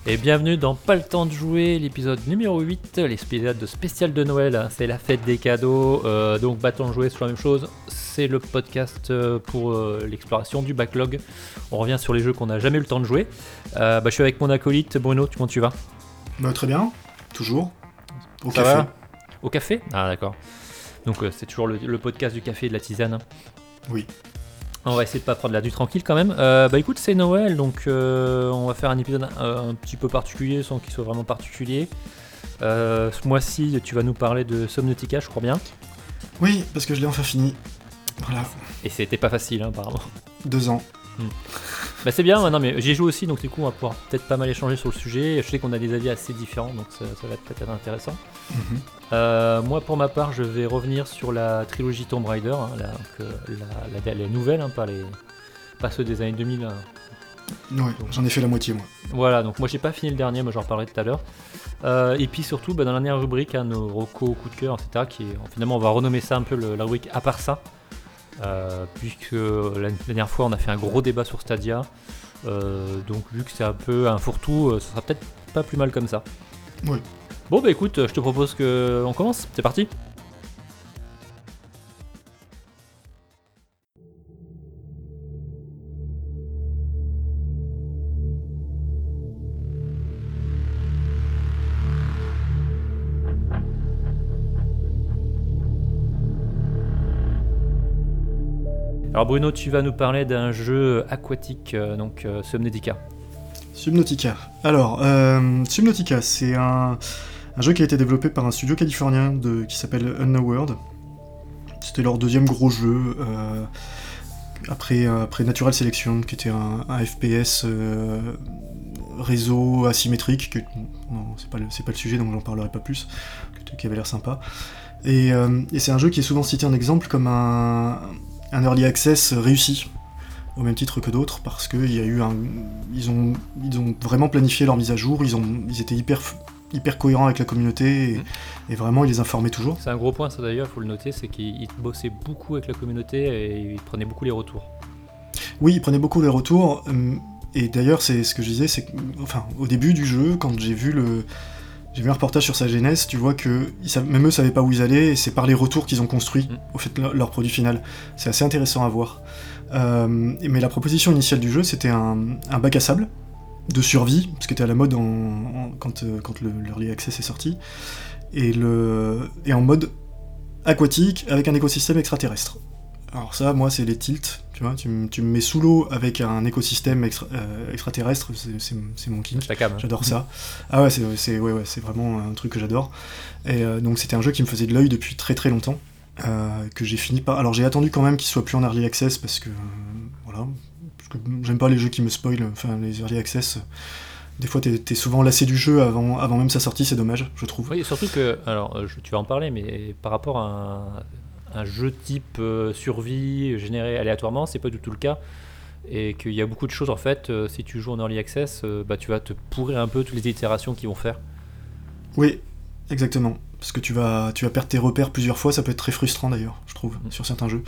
Et bienvenue dans Pas le temps de jouer, l'épisode numéro 8, l'épisode spécial de Noël, c'est la fête des cadeaux, donc Pas le temps de jouer, c'est la même chose, c'est le podcast pour l'exploration du backlog. On revient sur les jeux qu'on n'a jamais eu le temps de jouer. Je suis avec mon acolyte Bruno, comment tu vas ? Très bien, toujours, au Ça café. va ? Au café ? Ah d'accord, donc c'est toujours le podcast du café et de la tisane. Oui. On va essayer de pas prendre l'air du tranquille quand même. Écoute, c'est Noël, donc on va faire un épisode un petit peu particulier sans qu'il soit vraiment particulier. Ce mois-ci, tu vas nous parler de Subnautica, je crois bien. Oui, parce que je l'ai enfin fini. Voilà, Et c'était pas facile, hein, apparemment. 2 ans. C'est bien, non, mais j'y joue aussi, donc du coup, on va pouvoir peut-être pas mal échanger sur le sujet. Je sais qu'on a des avis assez différents, donc ça va peut-être être intéressant. Moi, pour ma part, je vais revenir sur la trilogie Tomb Raider, hein, les nouvelles, hein, pas ceux des années 2000. Hein. Ouais, j'en ai fait la moitié, moi. Voilà, donc moi j'ai pas fini le dernier, moi j'en reparlerai tout à l'heure. Et puis surtout, dans la dernière rubrique, hein, nos recos, coups de cœur, etc., finalement on va renommer ça un peu la rubrique à part ça, puisque la dernière fois on a fait un gros débat sur Stadia, donc vu que c'est un peu un fourre-tout, ça sera peut-être pas plus mal comme ça. Oui. Bon écoute, je te propose qu'on commence, c'est parti. Alors Bruno, tu vas nous parler d'un jeu aquatique, donc Subnautica. Subnautica. Alors, Subnautica, c'est un jeu qui a été développé par un studio californien qui s'appelle Unknown. C'était leur deuxième gros jeu, après Natural Selection, qui était un FPS réseau asymétrique. Non, c'est pas le sujet, donc j'en parlerai pas plus, qui avait l'air sympa. Et c'est un jeu qui est souvent cité en exemple comme un early access réussi, au même titre que d'autres, parce que ils ont vraiment planifié leur mise à jour, ils étaient hyper cohérents avec la communauté, et vraiment ils les informaient toujours. C'est un gros point ça d'ailleurs, il faut le noter, c'est qu'ils bossaient beaucoup avec la communauté et ils prenaient beaucoup les retours. Oui, ils prenaient beaucoup les retours, et d'ailleurs c'est ce que je disais, c'est au début du jeu, quand j'ai vu un reportage sur sa genèse, tu vois que même eux savaient pas où ils allaient, et c'est par les retours qu'ils ont construit au fait leur produit final. C'est assez intéressant à voir. Mais la proposition initiale du jeu, c'était un bac à sable de survie, ce qui était à la mode quand l'Early Access est sorti, et en mode aquatique avec un écosystème extraterrestre. Alors ça, moi, c'est les tilts, tu vois, tu me mets sous l'eau avec un écosystème extraterrestre, c'est mon kink, j'adore ça. Ah ouais, c'est vraiment un truc que j'adore. Et donc c'était un jeu qui me faisait de l'œil depuis très très longtemps, que j'ai fini par... Alors j'ai attendu quand même qu'il soit plus en early access, parce que j'aime pas les jeux qui me spoilent, les early access... Des fois, t'es souvent lassé du jeu avant même sa sortie, c'est dommage, je trouve. Oui, surtout que, alors, tu vas en parler, mais par rapport à un jeu type survie généré aléatoirement, c'est pas du tout le cas. Et qu'il y a beaucoup de choses, en fait, si tu joues en early access, tu vas te pourrir un peu toutes les itérations qu'ils vont faire. Oui, exactement. Parce que tu vas perdre tes repères plusieurs fois, ça peut être très frustrant d'ailleurs, je trouve, sur certains jeux.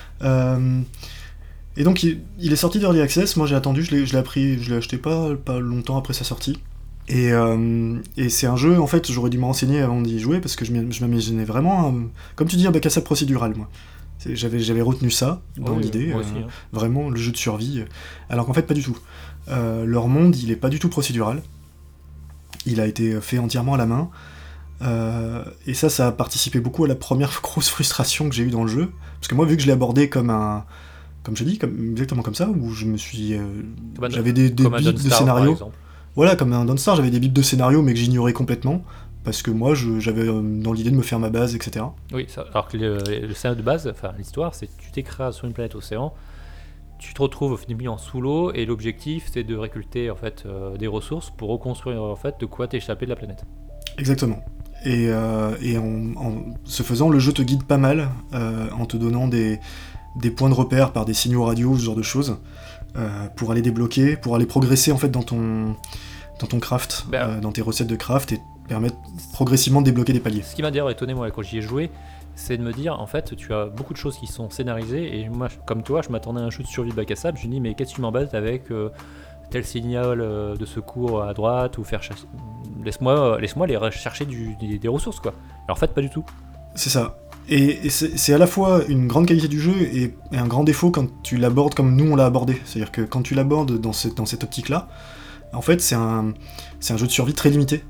Et donc il est sorti d'Early Access, moi j'ai attendu, je l'ai acheté pas longtemps après sa sortie. Et c'est un jeu, en fait, j'aurais dû me renseigner avant d'y jouer, parce que je m'imaginais vraiment, comme tu dis, un bac à sable procédural, moi. J'avais retenu ça dans l'idée, aussi, hein. Vraiment le jeu de survie, alors qu'en fait pas du tout. Leur monde, il est pas du tout procédural, il a été fait entièrement à la main, et ça a participé beaucoup à la première grosse frustration que j'ai eue dans le jeu, parce que moi, vu que je l'ai abordé comme je dis, exactement comme ça, où je me suis... j'avais des billes de scénario. Voilà, comme un Dawnstar, j'avais des billes de scénario, mais que j'ignorais complètement, parce que moi, j'avais dans l'idée de me faire ma base, etc. Oui, alors que le scénario de base, l'histoire, c'est que tu t'écrases sur une planète océan, tu te retrouves au final en sous l'eau, et l'objectif, c'est de récolter en fait, des ressources pour reconstruire en fait, de quoi t'échapper de la planète. Exactement. Et en ce faisant, le jeu te guide pas mal, en te donnant des points de repère par des signaux radio, ce genre de choses, pour aller débloquer, pour aller progresser en fait dans ton craft, dans tes recettes de craft, et permettre progressivement de débloquer des paliers. Ce qui m'a d'ailleurs étonné moi quand j'y ai joué, c'est de me dire en fait tu as beaucoup de choses qui sont scénarisées, et moi comme toi je m'attendais à un jeu de survie bac à sable, je me dis mais qu'est-ce que tu m'emballes avec tel signal de secours à droite ou faire laisse-moi aller chercher des ressources quoi. Alors en fait pas du tout. C'est ça. Et c'est à la fois une grande qualité du jeu et un grand défaut quand tu l'abordes comme nous on l'a abordé. C'est-à-dire que quand tu l'abordes dans cette optique-là, en fait c'est un jeu de survie très limité.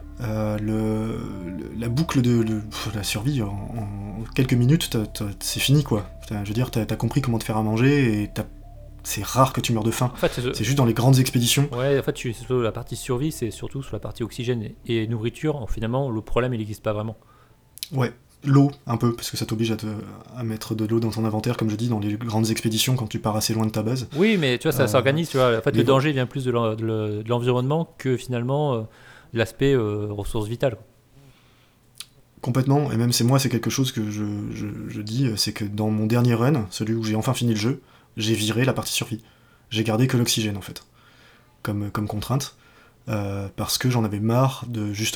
La boucle de la survie en quelques minutes, c'est fini quoi. Je veux dire, t'as compris comment te faire à manger et c'est rare que tu meurs de faim. En fait, c'est juste dans les grandes expéditions. Ouais, en fait, la partie survie, c'est surtout sur la partie oxygène et nourriture. Finalement, le problème, il n'existe pas vraiment. Ouais, l'eau, un peu, parce que ça t'oblige à mettre de l'eau dans ton inventaire, comme je dis, dans les grandes expéditions, quand tu pars assez loin de ta base. Oui, mais tu vois, ça s'organise, tu vois. En fait, le danger vient plus de l'environnement que finalement l'aspect ressources vitales. Complètement, et même c'est quelque chose que je dis, c'est que dans mon dernier run, celui où j'ai enfin fini le jeu, j'ai viré la partie survie. J'ai gardé que l'oxygène, en fait, comme contrainte, parce que j'en avais marre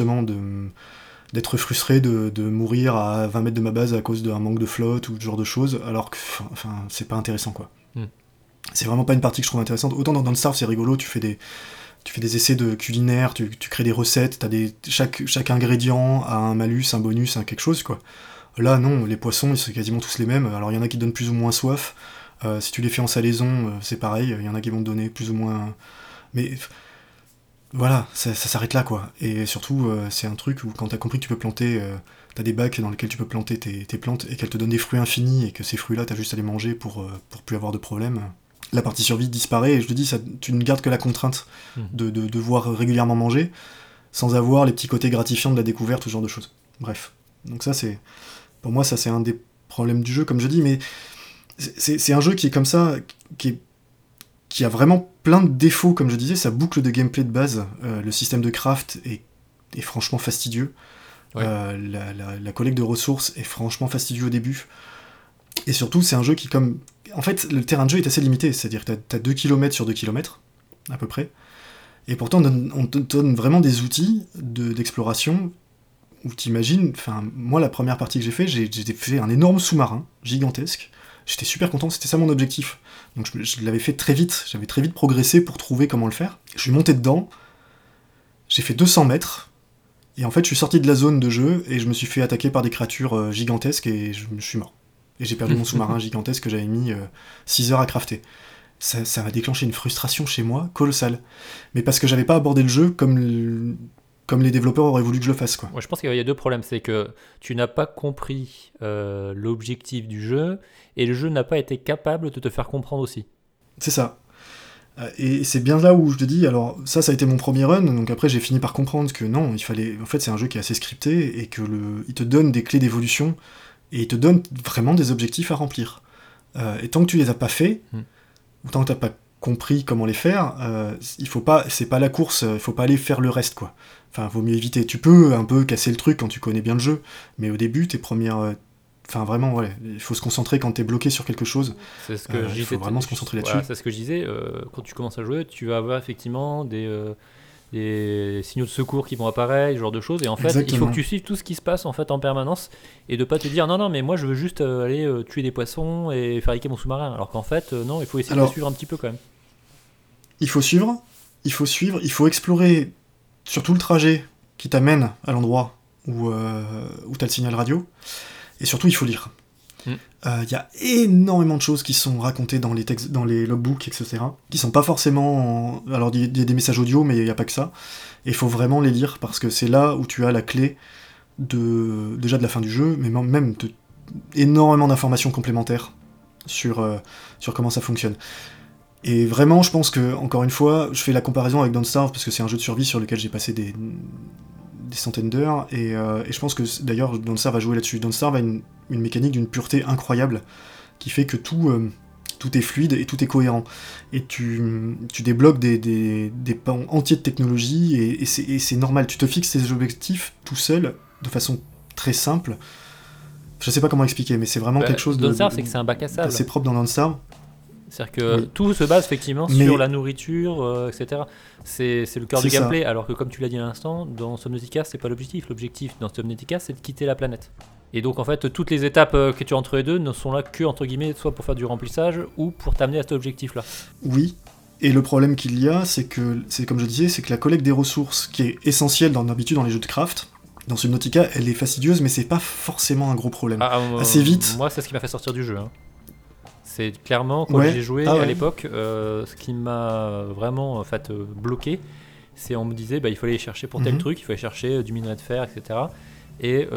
d'être frustré de mourir à 20 mètres de ma base à cause d'un manque de flotte ou ce genre de choses, alors que c'est pas intéressant, quoi. C'est vraiment pas une partie que je trouve intéressante. Autant dans Don't Starve, c'est rigolo, tu fais des essais de culinaire, tu crées des recettes, chaque ingrédient a un malus, un bonus, quelque chose, quoi. Là, non, les poissons, c'est quasiment tous les mêmes. Alors, il y en a qui donnent plus ou moins soif. Si tu les fais en salaison, c'est pareil. Il y en a qui vont te donner plus ou moins... Mais voilà, ça s'arrête là, quoi. Et surtout, c'est un truc où quand t'as compris que tu peux planter... t'as des bacs dans lesquels tu peux planter tes plantes et qu'elles te donnent des fruits infinis et que ces fruits-là, t'as juste à les manger pour plus avoir de problème. La partie survie disparaît, et je te dis, tu ne gardes que la contrainte de devoir régulièrement manger, sans avoir les petits côtés gratifiants de la découverte, ou ce genre de choses. Bref. Donc ça, pour moi, ça c'est un des problèmes du jeu, comme je dis, mais c'est un jeu qui est comme ça, qui a vraiment plein de défauts, comme je disais, sa boucle de gameplay de base, le système de craft est franchement fastidieux, ouais. La collecte de ressources est franchement fastidieux au début, et surtout, c'est un jeu qui, en fait, le terrain de jeu est assez limité, c'est-à-dire que t'as 2 km sur 2 km, à peu près, et pourtant on te donne vraiment des outils d'exploration où t'imagines, moi la première partie que j'ai fait un énorme sous-marin, gigantesque, j'étais super content, c'était ça mon objectif, donc je l'avais fait très vite, j'avais très vite progressé pour trouver comment le faire, je suis monté dedans, j'ai fait 200 mètres, et en fait je suis sorti de la zone de jeu, et je me suis fait attaquer par des créatures gigantesques, et je suis mort. Et j'ai perdu mon sous-marin gigantesque que j'avais mis 6 heures à crafter. Ça va déclencher une frustration chez moi colossale. Mais parce que j'avais pas abordé le jeu comme les développeurs auraient voulu que je le fasse, quoi. Ouais, je pense qu'il y a 2 problèmes. C'est que tu n'as pas compris l'objectif du jeu, et le jeu n'a pas été capable de te faire comprendre aussi. C'est ça. Et c'est bien là où je te dis, alors ça a été mon premier run, donc après j'ai fini par comprendre que non, en fait c'est un jeu qui est assez scripté, et il te donne des clés d'évolution, et il te donne vraiment des objectifs à remplir. Et tant que tu les as pas faits, ou tant que t'as pas compris comment les faire, c'est pas la course, il faut pas aller faire le reste, quoi. Vaut mieux éviter. Tu peux un peu casser le truc quand tu connais bien le jeu, mais au début, tes premières... vraiment, ouais, il faut se concentrer quand t'es bloqué sur quelque chose. C'est ce que je disais. Il faut vraiment se concentrer là-dessus. Voilà, c'est ce que je disais. Quand tu commences à jouer, tu vas avoir effectivement des signaux de secours qui vont apparaître, ce genre de choses, et en fait il faut que tu suives tout ce qui se passe en fait en permanence, et de pas te dire non mais moi je veux juste aller tuer des poissons et fabriquer mon sous-marin, alors qu'en fait non, il faut essayer de suivre un petit peu quand même. Il faut suivre, il faut explorer sur tout le trajet qui t'amène à l'endroit où t'as le signal radio, et surtout il faut lire. Y a énormément de choses qui sont racontées dans les textes, dans les logbooks, etc., qui sont pas forcément... Alors, il y a des messages audio, mais il n'y a pas que ça. Et il faut vraiment les lire, parce que c'est là où tu as la clé déjà de la fin du jeu, mais même énormément d'informations complémentaires sur comment ça fonctionne. Et vraiment, je pense que, encore une fois, je fais la comparaison avec Don't Starve, parce que c'est un jeu de survie sur lequel j'ai passé des centaines d'heures, et je pense que, d'ailleurs, Don't Starve va jouer là-dessus. Don't Starve a une mécanique d'une pureté incroyable, qui fait que tout est fluide et tout est cohérent. Et tu débloques des pans entiers de technologie, et c'est normal. Tu te fixes tes objectifs tout seul, de façon très simple. Je sais pas comment expliquer, mais c'est vraiment quelque chose Don't Starve, c'est que c'est un bac à sable. C'est propre dans Don't Starve. C'est-à-dire que tout se base effectivement sur la nourriture, etc. C'est le cœur du gameplay, alors que comme tu l'as dit à l'instant, dans Subnautica, c'est pas l'objectif. L'objectif dans Subnautica, c'est de quitter la planète. Et donc en fait, toutes les étapes que tu as entre les deux ne sont là que, entre guillemets, soit pour faire du remplissage ou pour t'amener à cet objectif-là. Oui, Et le problème qu'il y a, c'est comme je disais, c'est que la collecte des ressources, qui est essentielle d'habitude dans les jeux de craft, dans Subnautica, elle est fastidieuse, mais c'est pas forcément un gros problème. Assez vite. Moi, c'est ce qui m'a fait sortir du jeu. Hein. C'est clairement, quand j'ai joué à l'époque, ce qui m'a vraiment en fait, bloqué, c'est on me disait il faut aller chercher pour tel truc, il faut aller chercher du minerai de fer, etc. Et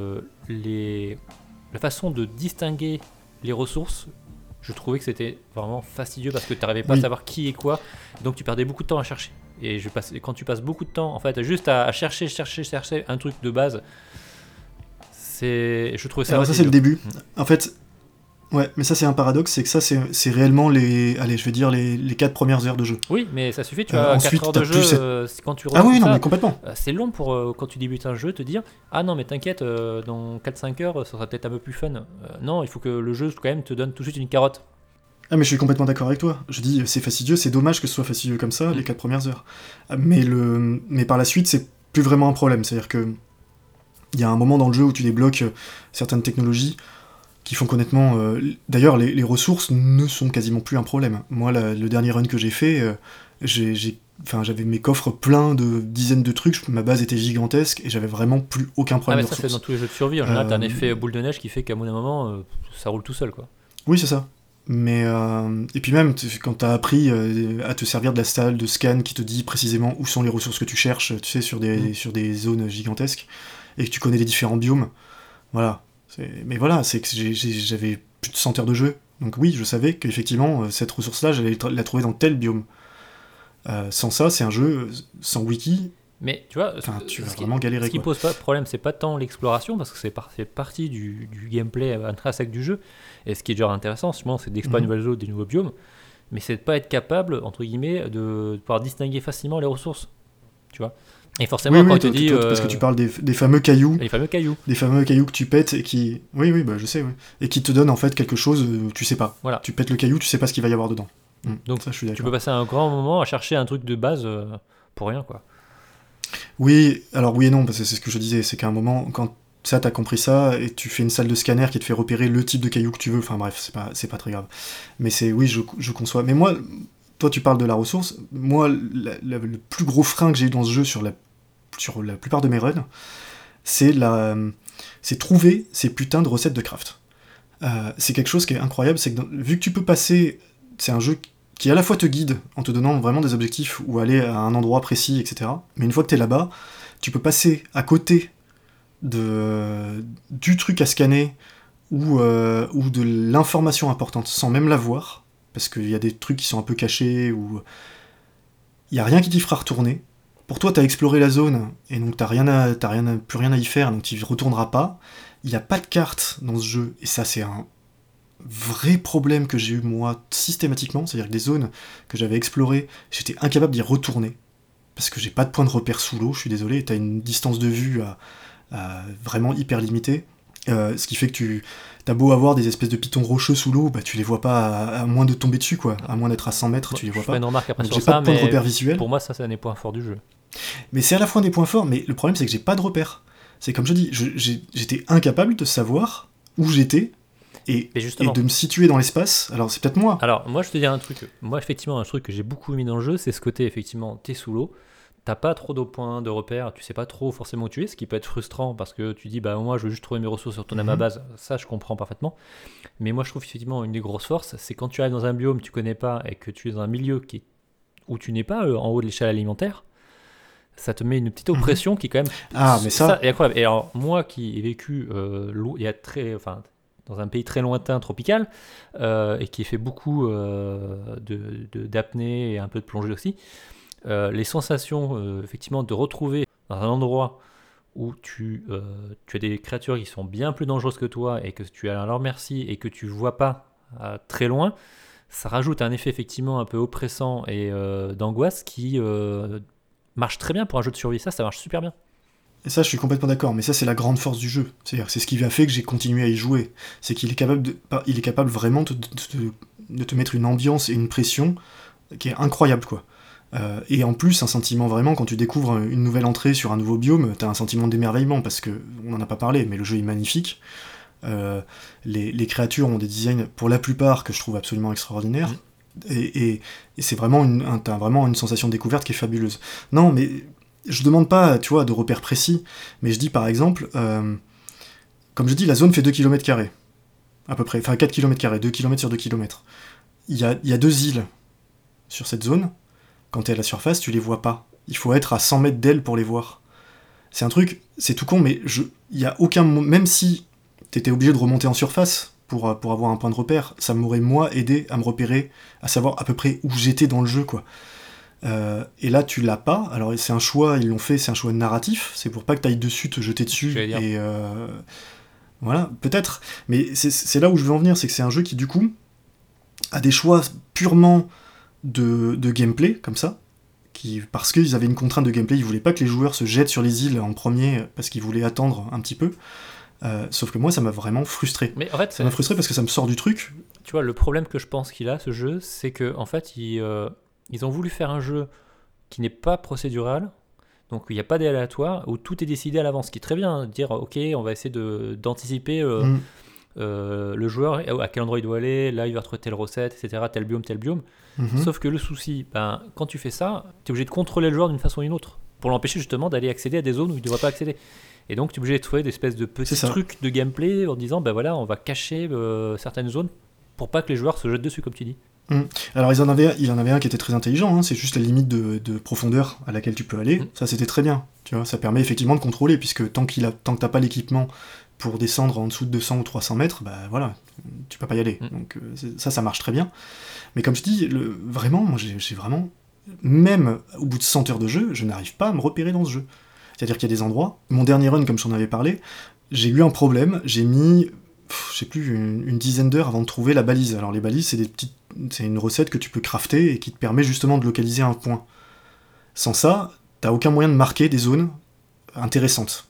la façon de distinguer les ressources, je trouvais que c'était vraiment fastidieux parce que tu n'arrivais pas à savoir qui est quoi, donc tu perdais beaucoup de temps à chercher. Et quand tu passes beaucoup de temps en fait juste à chercher un truc de base, je trouvais ça. Alors ça c'est le début. En fait, ouais, mais ça c'est un paradoxe, c'est que ça c'est réellement les 4 premières heures de jeu. Oui, mais ça suffit, tu as 4 heures de jeu quand tu Ah oui, non, mais complètement. C'est long pour quand tu débutes un jeu te dire ah non mais t'inquiète, dans 4-5 heures ça sera peut-être un peu plus fun. Non, il faut que le jeu quand même te donne tout de suite une carotte. Ah mais je suis complètement d'accord avec toi. Je dis c'est fastidieux, c'est dommage que ce soit fastidieux comme ça les 4 premières heures. Mais par la suite c'est plus vraiment un problème, c'est-à-dire que il y a un moment dans le jeu où tu débloques certaines technologies qui font qu'honnêtement... D'ailleurs, les ressources ne sont quasiment plus un problème. Moi, le dernier run que j'ai fait, j'avais mes coffres pleins de dizaines de trucs, ma base était gigantesque, et j'avais vraiment plus aucun problème de ressources. C'est dans tous les jeux de survie, en général, t'as un effet boule de neige qui fait qu'à un moment, ça roule tout seul, quoi. Oui, c'est ça. Mais et puis même, quand t'as appris à te servir de la salle de scan qui te dit précisément où sont les ressources que tu cherches, tu sais, sur des zones gigantesques, et que tu connais les différents biomes, voilà. Mais voilà, c'est que j'avais plus de 100 heures de jeu, donc oui, je savais qu'effectivement, cette ressource-là, j'allais la trouver dans tel biome. Sans ça, c'est un jeu sans wiki. Mais tu vois, tu vas vraiment galérer. Ce qui pose pas de problème, c'est pas tant l'exploration, parce que c'est partie du gameplay intrinsèque du jeu, et ce qui est déjà intéressant, justement, c'est d'explorer une nouvelle zone, des nouveaux biomes, mais c'est de pas être capable, entre guillemets, de pouvoir distinguer facilement les ressources, tu vois. Et forcément, quand tu dis... parce que tu parles des fameux cailloux. Les fameux cailloux. Des fameux cailloux que tu pètes et qui... Oui, je sais, oui. Et qui te donnent en fait quelque chose, tu sais pas. Voilà. Tu pètes le caillou, tu sais pas ce qu'il va y avoir dedans. Donc ça, je suis d'accord. Tu peux passer un grand moment à chercher un truc de base pour rien, quoi. Oui, alors oui et non, parce que c'est ce que je disais, c'est qu'à un moment, quand ça, t'as compris ça, et tu fais une salle de scanner qui te fait repérer le type de caillou que tu veux, enfin bref, c'est pas très grave. Mais oui, je conçois. Mais moi... Toi, tu parles de la ressource. Moi, le plus gros frein que j'ai eu dans ce jeu sur la plupart de mes runs, c'est trouver ces putains de recettes de craft. C'est quelque chose qui est incroyable, c'est que vu que tu peux passer... C'est un jeu qui à la fois te guide en te donnant vraiment des objectifs ou aller à un endroit précis, etc. Mais une fois que t'es là-bas, tu peux passer à côté du truc à scanner ou de l'information importante sans même la voir. Parce qu'il y a des trucs qui sont un peu cachés, ou... Il n'y a rien qui t'y fera retourner. Pour toi, t'as exploré la zone, et donc plus rien à y faire, donc tu y retourneras pas. Il n'y a pas de carte dans ce jeu, et ça, c'est un vrai problème que j'ai eu, moi, systématiquement. C'est-à-dire que des zones que j'avais explorées, j'étais incapable d'y retourner. Parce que j'ai pas de point de repère sous l'eau, je suis désolé, et t'as une distance de vue vraiment hyper limitée. Ce qui fait que t'as beau avoir des espèces de pitons rocheux sous l'eau, tu les vois pas à moins de tomber dessus, quoi. À moins d'être à 100 mètres, tu les vois pas. Une remarque après donc sur j'ai pas ça, de point de mais repère visuel. Pour moi, ça, c'est un des points forts du jeu. Mais c'est à la fois un des points forts, mais le problème, c'est que j'ai pas de repère. C'est comme je dis, j'étais incapable de savoir où j'étais et de me situer dans l'espace. Alors, c'est peut-être moi. Alors, moi, je te dis un truc. Moi, effectivement, un truc que j'ai beaucoup mis dans le jeu, c'est ce côté, effectivement, t'es sous l'eau. T'as pas trop de points de repère, tu sais pas trop forcément où tu es, ce qui peut être frustrant parce que tu dis moi je veux juste trouver mes ressources et retourner à ma base, ça je comprends parfaitement. Mais moi je trouve effectivement une des grosses forces, c'est quand tu arrives dans un biome que tu connais pas et que tu es dans un milieu où tu n'es pas en haut de l'échelle alimentaire, ça te met une petite oppression qui quand même... Ah mais ça est incroyable. Et alors moi qui ai vécu dans un pays très lointain tropical et qui ai fait beaucoup d'apnée et un peu de plongée aussi, les sensations effectivement de retrouver dans un endroit où tu as des créatures qui sont bien plus dangereuses que toi et que tu es à leur merci et que tu vois pas très loin, ça rajoute un effet effectivement un peu oppressant et d'angoisse qui marche très bien pour un jeu de survie. Ça marche super bien. Et ça, je suis complètement d'accord, mais ça, c'est la grande force du jeu. C'est-à-dire, c'est ce qui a fait que j'ai continué à y jouer. C'est qu'il est capable vraiment de te mettre une ambiance et une pression qui est incroyable, quoi. Et en plus, un sentiment vraiment, quand tu découvres une nouvelle entrée sur un nouveau biome, t'as un sentiment d'émerveillement, parce que, on n'en a pas parlé, mais le jeu est magnifique. Les créatures ont des designs, pour la plupart, que je trouve absolument extraordinaires. Et c'est vraiment t'as vraiment une sensation de découverte qui est fabuleuse. Non, mais je demande pas, tu vois, de repères précis, mais je dis par exemple, comme je dis, la zone fait 2 km², à peu près, enfin 4 km², 2 km sur 2 km. Il y a 2 îles sur cette zone, quand t'es à la surface, tu les vois pas. Il faut être à 100 mètres d'elle pour les voir. C'est un truc, c'est tout con, mais il y a aucun... Même si t'étais obligé de remonter en surface pour avoir un point de repère, ça m'aurait, moi, aidé à me repérer, à savoir à peu près où j'étais dans le jeu, quoi. Et là, tu l'as pas. Alors, c'est un choix, ils l'ont fait, c'est un choix narratif. C'est pour pas que t'ailles dessus, te jeter dessus. Et voilà, peut-être. Mais c'est là où je veux en venir, c'est que c'est un jeu qui, du coup, a des choix purement de gameplay, comme ça. Parce qu'ils avaient une contrainte de gameplay, ils voulaient pas que les joueurs se jettent sur les îles en premier, parce qu'ils voulaient attendre un petit peu. Sauf que moi, ça m'a vraiment frustré. Mais en fait, ça m'a frustré parce que ça me sort du truc. Tu vois, le problème que je pense qu'il a, ce jeu, c'est que en fait, ils ont voulu faire un jeu qui n'est pas procédural, donc il n'y a pas d'aléatoire, où tout est décidé à l'avance, ce qui est très bien, dire ok, on va essayer d'anticiper le joueur, à quel endroit il doit aller, là il va retrouver telle recette, etc., tel biome. Sauf que le souci, quand tu fais ça, tu es obligé de contrôler le joueur d'une façon ou d'une autre, pour l'empêcher justement d'aller accéder à des zones où il ne devrait pas accéder. Et donc tu es obligé de trouver des espèces de petits trucs de gameplay en disant voilà, on va cacher certaines zones pour pas que les joueurs se jettent dessus, comme tu dis. Alors il en avait un qui était très intelligent, hein, c'est juste la limite de profondeur à laquelle tu peux aller. Ça c'était très bien, tu vois, ça permet effectivement de contrôler, puisque tant que t'as pas l'équipement pour descendre en dessous de 200 ou 300 mètres, bah voilà, tu peux pas y aller. Donc ça marche très bien. Mais comme je dis, vraiment, moi j'ai vraiment, même au bout de 100 heures de jeu, je n'arrive pas à me repérer dans ce jeu. C'est-à-dire qu'il y a des endroits, mon dernier run, comme je t'en avais parlé, j'ai eu un problème, j'ai mis, je sais plus, une dizaine d'heures avant de trouver la balise. Alors les balises, c'est une recette que tu peux crafter et qui te permet justement de localiser un point. Sans ça, t'as aucun moyen de marquer des zones intéressantes.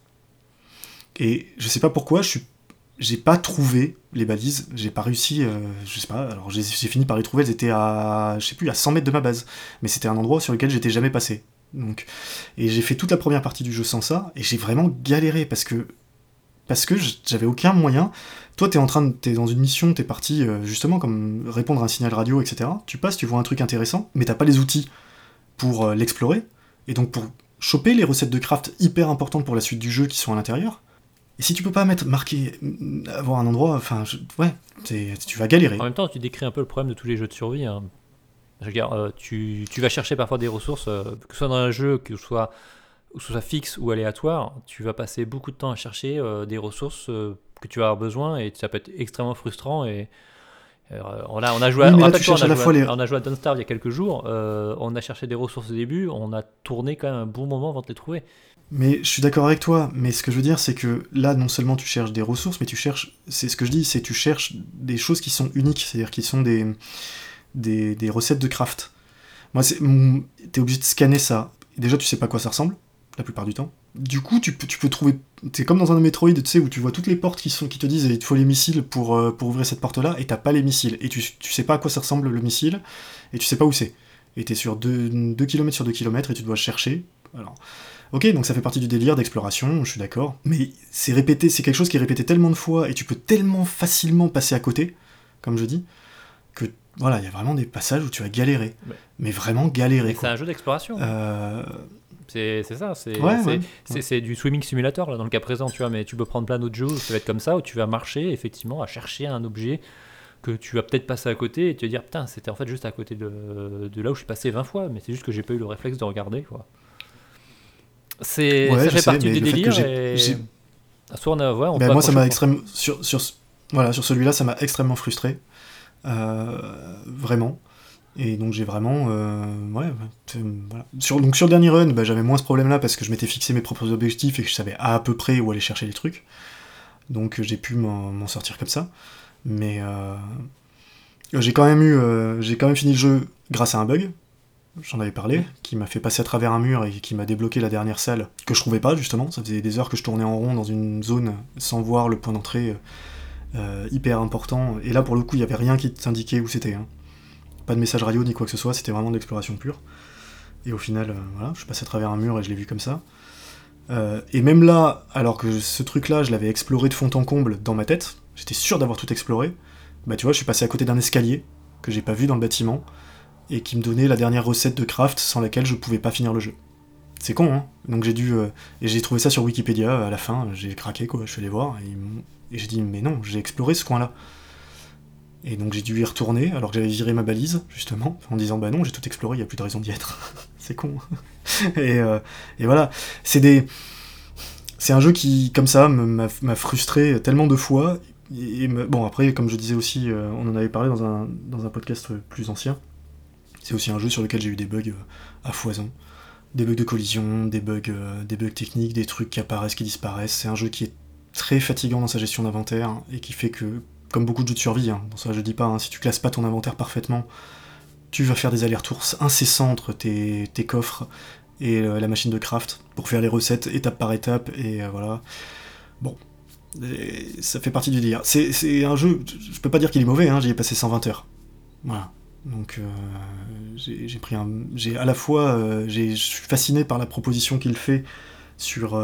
Et je sais pas pourquoi, j'ai pas trouvé les balises, j'ai pas réussi, je sais pas, alors j'ai fini par les trouver, elles étaient à 100 mètres de ma base, mais c'était un endroit sur lequel j'étais jamais passé. Donc, et j'ai fait toute la première partie du jeu sans ça, et j'ai vraiment galéré, parce que j'avais aucun moyen. Toi, t'es dans une mission, t'es parti, justement, comme répondre à un signal radio, etc. Tu passes, tu vois un truc intéressant, mais t'as pas les outils pour l'explorer, et donc pour choper les recettes de craft hyper importantes pour la suite du jeu qui sont à l'intérieur. Et si tu peux pas avoir un endroit, enfin, tu vas galérer. En même temps, tu décris un peu le problème de tous les jeux de survie. Hein. Je veux dire, tu vas chercher parfois des ressources, que ce soit dans un jeu, que ce soit fixe ou aléatoire, tu vas passer beaucoup de temps à chercher des ressources que tu vas avoir besoin, et ça peut être extrêmement frustrant. Et on a joué à Don't Starve il y a quelques jours, on a cherché des ressources au début, on a tourné quand même un bon moment avant de les trouver. Mais je suis d'accord avec toi, mais ce que je veux dire, c'est que là, non seulement tu cherches des ressources, mais c'est ce que je dis, c'est tu cherches des choses qui sont uniques, c'est-à-dire qui sont des recettes de craft. Moi, t'es obligé de scanner ça. Déjà, tu sais pas à quoi ça ressemble, la plupart du temps. Du coup, tu peux trouver... C'est comme dans un Metroid, tu sais, où tu vois toutes les portes qui te disent il te faut les missiles pour ouvrir cette porte-là, et t'as pas les missiles. Et tu sais pas à quoi ça ressemble le missile, et tu sais pas où c'est. Et t'es sur 2 km sur 2 km, et tu dois chercher. Alors... Ok, donc ça fait partie du délire d'exploration, je suis d'accord, mais c'est quelque chose qui est répété tellement de fois, et tu peux tellement facilement passer à côté, comme je dis, que voilà, il y a vraiment des passages où tu vas galérer, mais vraiment galérer. Mais c'est un jeu d'exploration. C'est ça, c'est du swimming simulator là, dans le cas présent, tu vois, mais tu peux prendre plein d'autres jeux où ça va être comme ça, où tu vas marcher effectivement à chercher un objet que tu vas peut-être passer à côté et te dire putain, c'était en fait juste à côté de là où je suis passé 20 fois, mais c'est juste que j'ai pas eu le réflexe de regarder, quoi. Ça fait partie des délires. Soit moi, ça m'a extrêmement... Sur celui-là, ça m'a extrêmement frustré. Vraiment. Et donc j'ai vraiment... voilà. Sur le dernier run, j'avais moins ce problème-là parce que je m'étais fixé mes propres objectifs et que je savais à peu près où aller chercher les trucs. Donc j'ai pu m'en sortir comme ça. Mais j'ai quand même fini le jeu grâce à un bug. J'en avais parlé, qui m'a fait passer à travers un mur et qui m'a débloqué la dernière salle que je trouvais pas, justement. Ça faisait des heures que je tournais en rond dans une zone sans voir le point d'entrée hyper important. Et là, pour le coup, il n'y avait rien qui t'indiquait où c'était. Hein. Pas de message radio ni quoi que ce soit, c'était vraiment de l'exploration pure. Et au final, voilà, je suis passé à travers un mur et je l'ai vu comme ça. Et même là, alors que ce truc-là, je l'avais exploré de fond en comble dans ma tête, j'étais sûr d'avoir tout exploré, tu vois, je suis passé à côté d'un escalier. que j'ai pas vu dans le bâtiment, et qui me donnait la dernière recette de craft sans laquelle je pouvais pas finir le jeu. C'est con, hein. Donc j'ai dû... et j'ai trouvé ça sur Wikipédia, à la fin, j'ai craqué, quoi, je suis allé voir, et j'ai dit, mais non, j'ai exploré ce coin-là. Et donc j'ai dû y retourner, alors que j'avais viré ma balise, justement, en disant, bah non, j'ai tout exploré, il y a plus de raison d'y être. C'est con. et voilà, c'est un jeu qui, comme ça, m'a frustré tellement de fois, bon, après, comme je disais aussi, on en avait parlé dans un podcast plus ancien, c'est aussi un jeu sur lequel j'ai eu des bugs à foison. Des bugs de collision, des bugs techniques, des trucs qui apparaissent, qui disparaissent. C'est un jeu qui est très fatigant dans sa gestion d'inventaire et qui fait que, comme beaucoup de jeux de survie, hein, dans ça je dis pas, hein, si tu classes pas ton inventaire parfaitement, tu vas faire des allers-retours incessants entre tes coffres et la machine de craft pour faire les recettes étape par étape, et voilà. Bon, ça fait partie du délire. C'est un jeu, je peux pas dire qu'il est mauvais, hein, j'y ai passé 120 heures. Voilà. Donc j'ai à la fois je suis fasciné par la proposition qu'il fait sur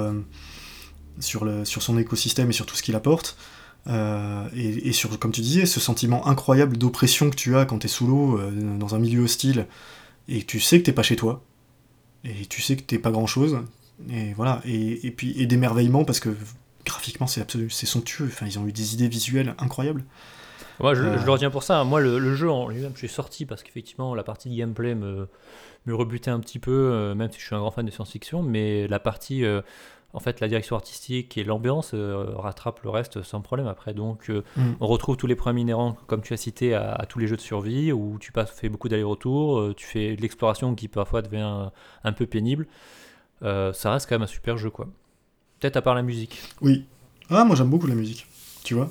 son écosystème et sur tout ce qu'il apporte, et sur, comme tu disais, ce sentiment incroyable d'oppression que tu as quand t'es sous l'eau, dans un milieu hostile, et que tu sais que t'es pas chez toi, et tu sais que t'es pas grand chose, et voilà, et puis d'émerveillement parce que graphiquement c'est somptueux, enfin ils ont eu des idées visuelles incroyables. Moi, je le retiens pour ça. Moi, le jeu en lui-même, je suis sorti parce qu'effectivement, la partie de gameplay me rebutait un petit peu, même si je suis un grand fan de science-fiction, mais la partie, en fait, la direction artistique et l'ambiance rattrape le reste sans problème après. Donc, on retrouve tous les points inhérents, comme tu as cité, à tous les jeux de survie, où tu fais beaucoup d'allers-retours, tu fais de l'exploration qui parfois devient un peu pénible. Ça reste quand même un super jeu, quoi. Peut-être à part la musique. Oui. Ah, moi j'aime beaucoup la musique, tu vois.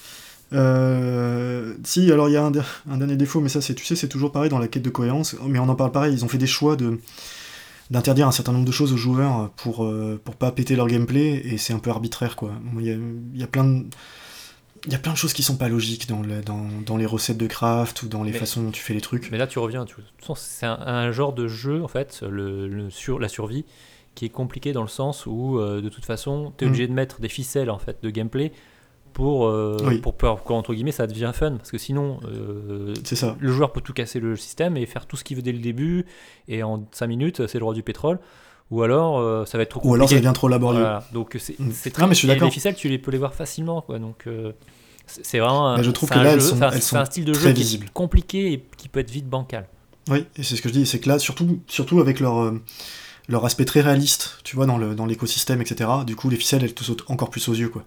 Si, alors il y a un dernier défaut, mais ça c'est toujours pareil dans la quête de cohérence, mais on en parle pareil, ils ont fait des choix d'interdire un certain nombre de choses aux joueurs pour pas péter leur gameplay, et c'est un peu arbitraire, quoi. Il y a plein de choses qui sont pas logiques dans les recettes de craft ou dans les façons dont tu fais les trucs. Mais là tu reviens, de toute façon, c'est un genre de jeu en fait, la survie, qui est compliqué dans le sens où de toute façon tu es obligé de mettre des ficelles en fait de gameplay pour entre guillemets ça devient fun, parce que sinon c'est ça. Le joueur peut tout casser le système et faire tout ce qu'il veut dès le début, et en 5 minutes c'est le roi du pétrole, ou alors ça va être trop compliqué, ou alors ça devient trop laborieux. Voilà. Donc c'est très... mais je suis d'accord. Les ficelles tu peux les voir facilement, quoi. Donc c'est vraiment je trouve que là elles sont un style de jeu visibles, qui est compliqué et qui peut être vite bancal. Oui, et c'est ce que je dis, c'est que là surtout avec leur aspect très réaliste, tu vois, dans l'écosystème, etc. Du coup les ficelles elles te sautent encore plus aux yeux, quoi.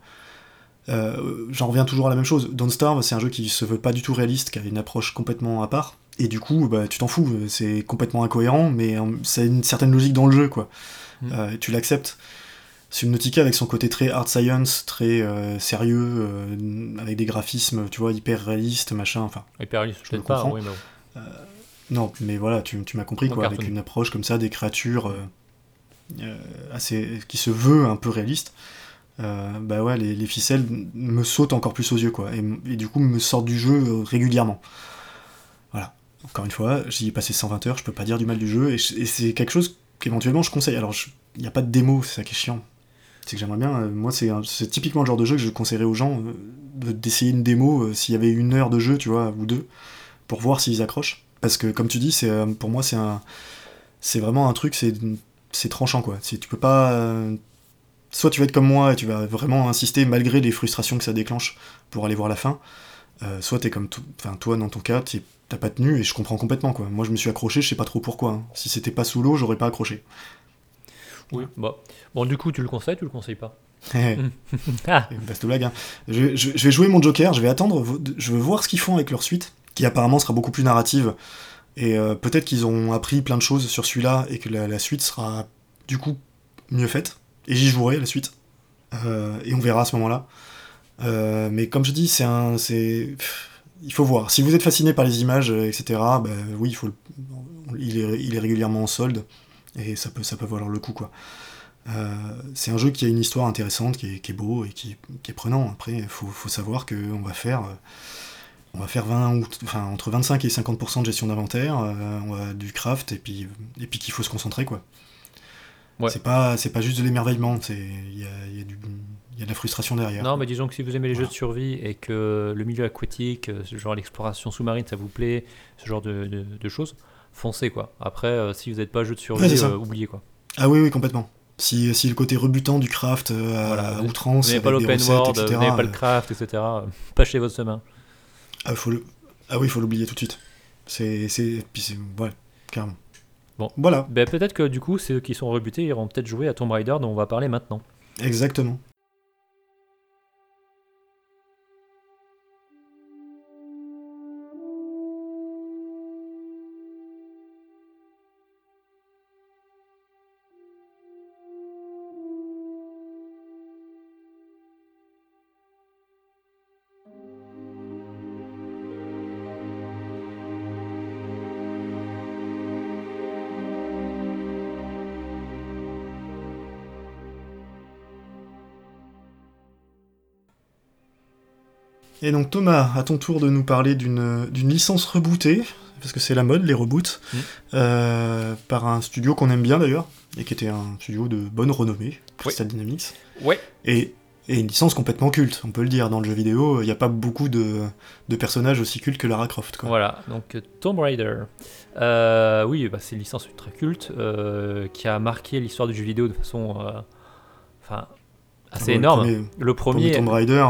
J'en reviens toujours à la même chose. Don't Starve, c'est un jeu qui se veut pas du tout réaliste, qui a une approche complètement à part, et du coup, bah, tu t'en fous, c'est complètement incohérent, mais ça a une certaine logique dans le jeu, quoi. Tu l'acceptes. Subnautica, avec son côté très hard science, très sérieux, avec des graphismes, tu vois, hyper réalistes, machin, enfin... Hyper réaliste, je peut-être pas, oui, mais bon. Non, mais voilà, tu m'as compris, quoi, avec une approche comme ça, des créatures assez... qui se veut un peu réaliste. Bah ouais, les ficelles me sautent encore plus aux yeux, quoi, et du coup me sortent du jeu régulièrement. Voilà, encore une fois, j'y ai passé 120 heures, je peux pas dire du mal du jeu, et c'est quelque chose qu'éventuellement je conseille. Alors il n'y a pas de démo, c'est ça qui est chiant, c'est que j'aimerais bien, moi c'est typiquement le genre de jeu que je conseillerais aux gens d'essayer une démo s'il y avait 1 heure de jeu, tu vois, ou 2, pour voir s'ils accrochent, parce que comme tu dis, pour moi c'est vraiment un truc, c'est tranchant, quoi. Tu peux pas... soit tu vas être comme moi et tu vas vraiment insister malgré les frustrations que ça déclenche pour aller voir la fin, soit t'es comme toi dans ton cas, t'as pas tenu, et je comprends complètement, quoi. Moi je me suis accroché, je sais pas trop pourquoi, hein. Si c'était pas sous l'eau, j'aurais pas accroché. Oui, bah. Bon, du coup tu le conseilles, tu le conseilles pas? Vaste blague, hein. Je vais jouer mon Joker, je vais attendre, je veux voir ce qu'ils font avec leur suite, qui apparemment sera beaucoup plus narrative, et peut-être qu'ils ont appris plein de choses sur celui-là, et que la suite sera du coup mieux faite. Et j'y jouerai la suite. Et on verra à ce moment-là. Mais comme je dis, il faut voir. Si vous êtes fasciné par les images, etc., bah, oui, il est régulièrement en solde. Et ça peut valoir le coup, quoi. C'est un jeu qui a une histoire intéressante, qui est beau et qui est prenant. Après, il faut savoir qu'on va faire... entre 25 et 50% de gestion d'inventaire, on va du craft, et puis qu'il faut se concentrer, quoi. Ouais. C'est pas juste de l'émerveillement, il y a de la frustration derrière. Non, mais disons que si vous aimez les Voilà. jeux de survie et que le milieu aquatique, genre l'exploration sous-marine, ça vous plaît, ce genre de choses, foncez quoi. Après, si vous n'êtes pas jeu de Ouais, survie, c'est ça. oubliez quoi. Ah oui, oui, complètement. Si le côté rebutant du craft Voilà, à vous outrance, n'avez pas avec des l'open recettes, world, vous etc., n'avez pas le craft, etc. Pas chez votre semaine. ah, ah oui, il faut l'oublier tout de suite. Puis c'est... Ouais, carrément. Bon. Voilà, Ben, peut-être que du coup, ceux qui sont rebutés iront peut-être jouer à Tomb Raider dont on va parler maintenant. exactement. Et donc Thomas, à ton tour de nous parler d'une licence rebootée, parce que c'est la mode, les reboots, par un studio qu'on aime bien d'ailleurs, et qui était un studio de bonne renommée, Crystal Dynamics. Ouais. Et une licence complètement culte, on peut le dire, dans le jeu vidéo, il n'y a pas beaucoup de personnages aussi cultes que Lara Croft, quoi. Voilà, donc Tomb Raider. Oui, bah, c'est une licence ultra culte qui a marqué l'histoire du jeu vidéo de façon assez énorme. Le premier Tomb Raider,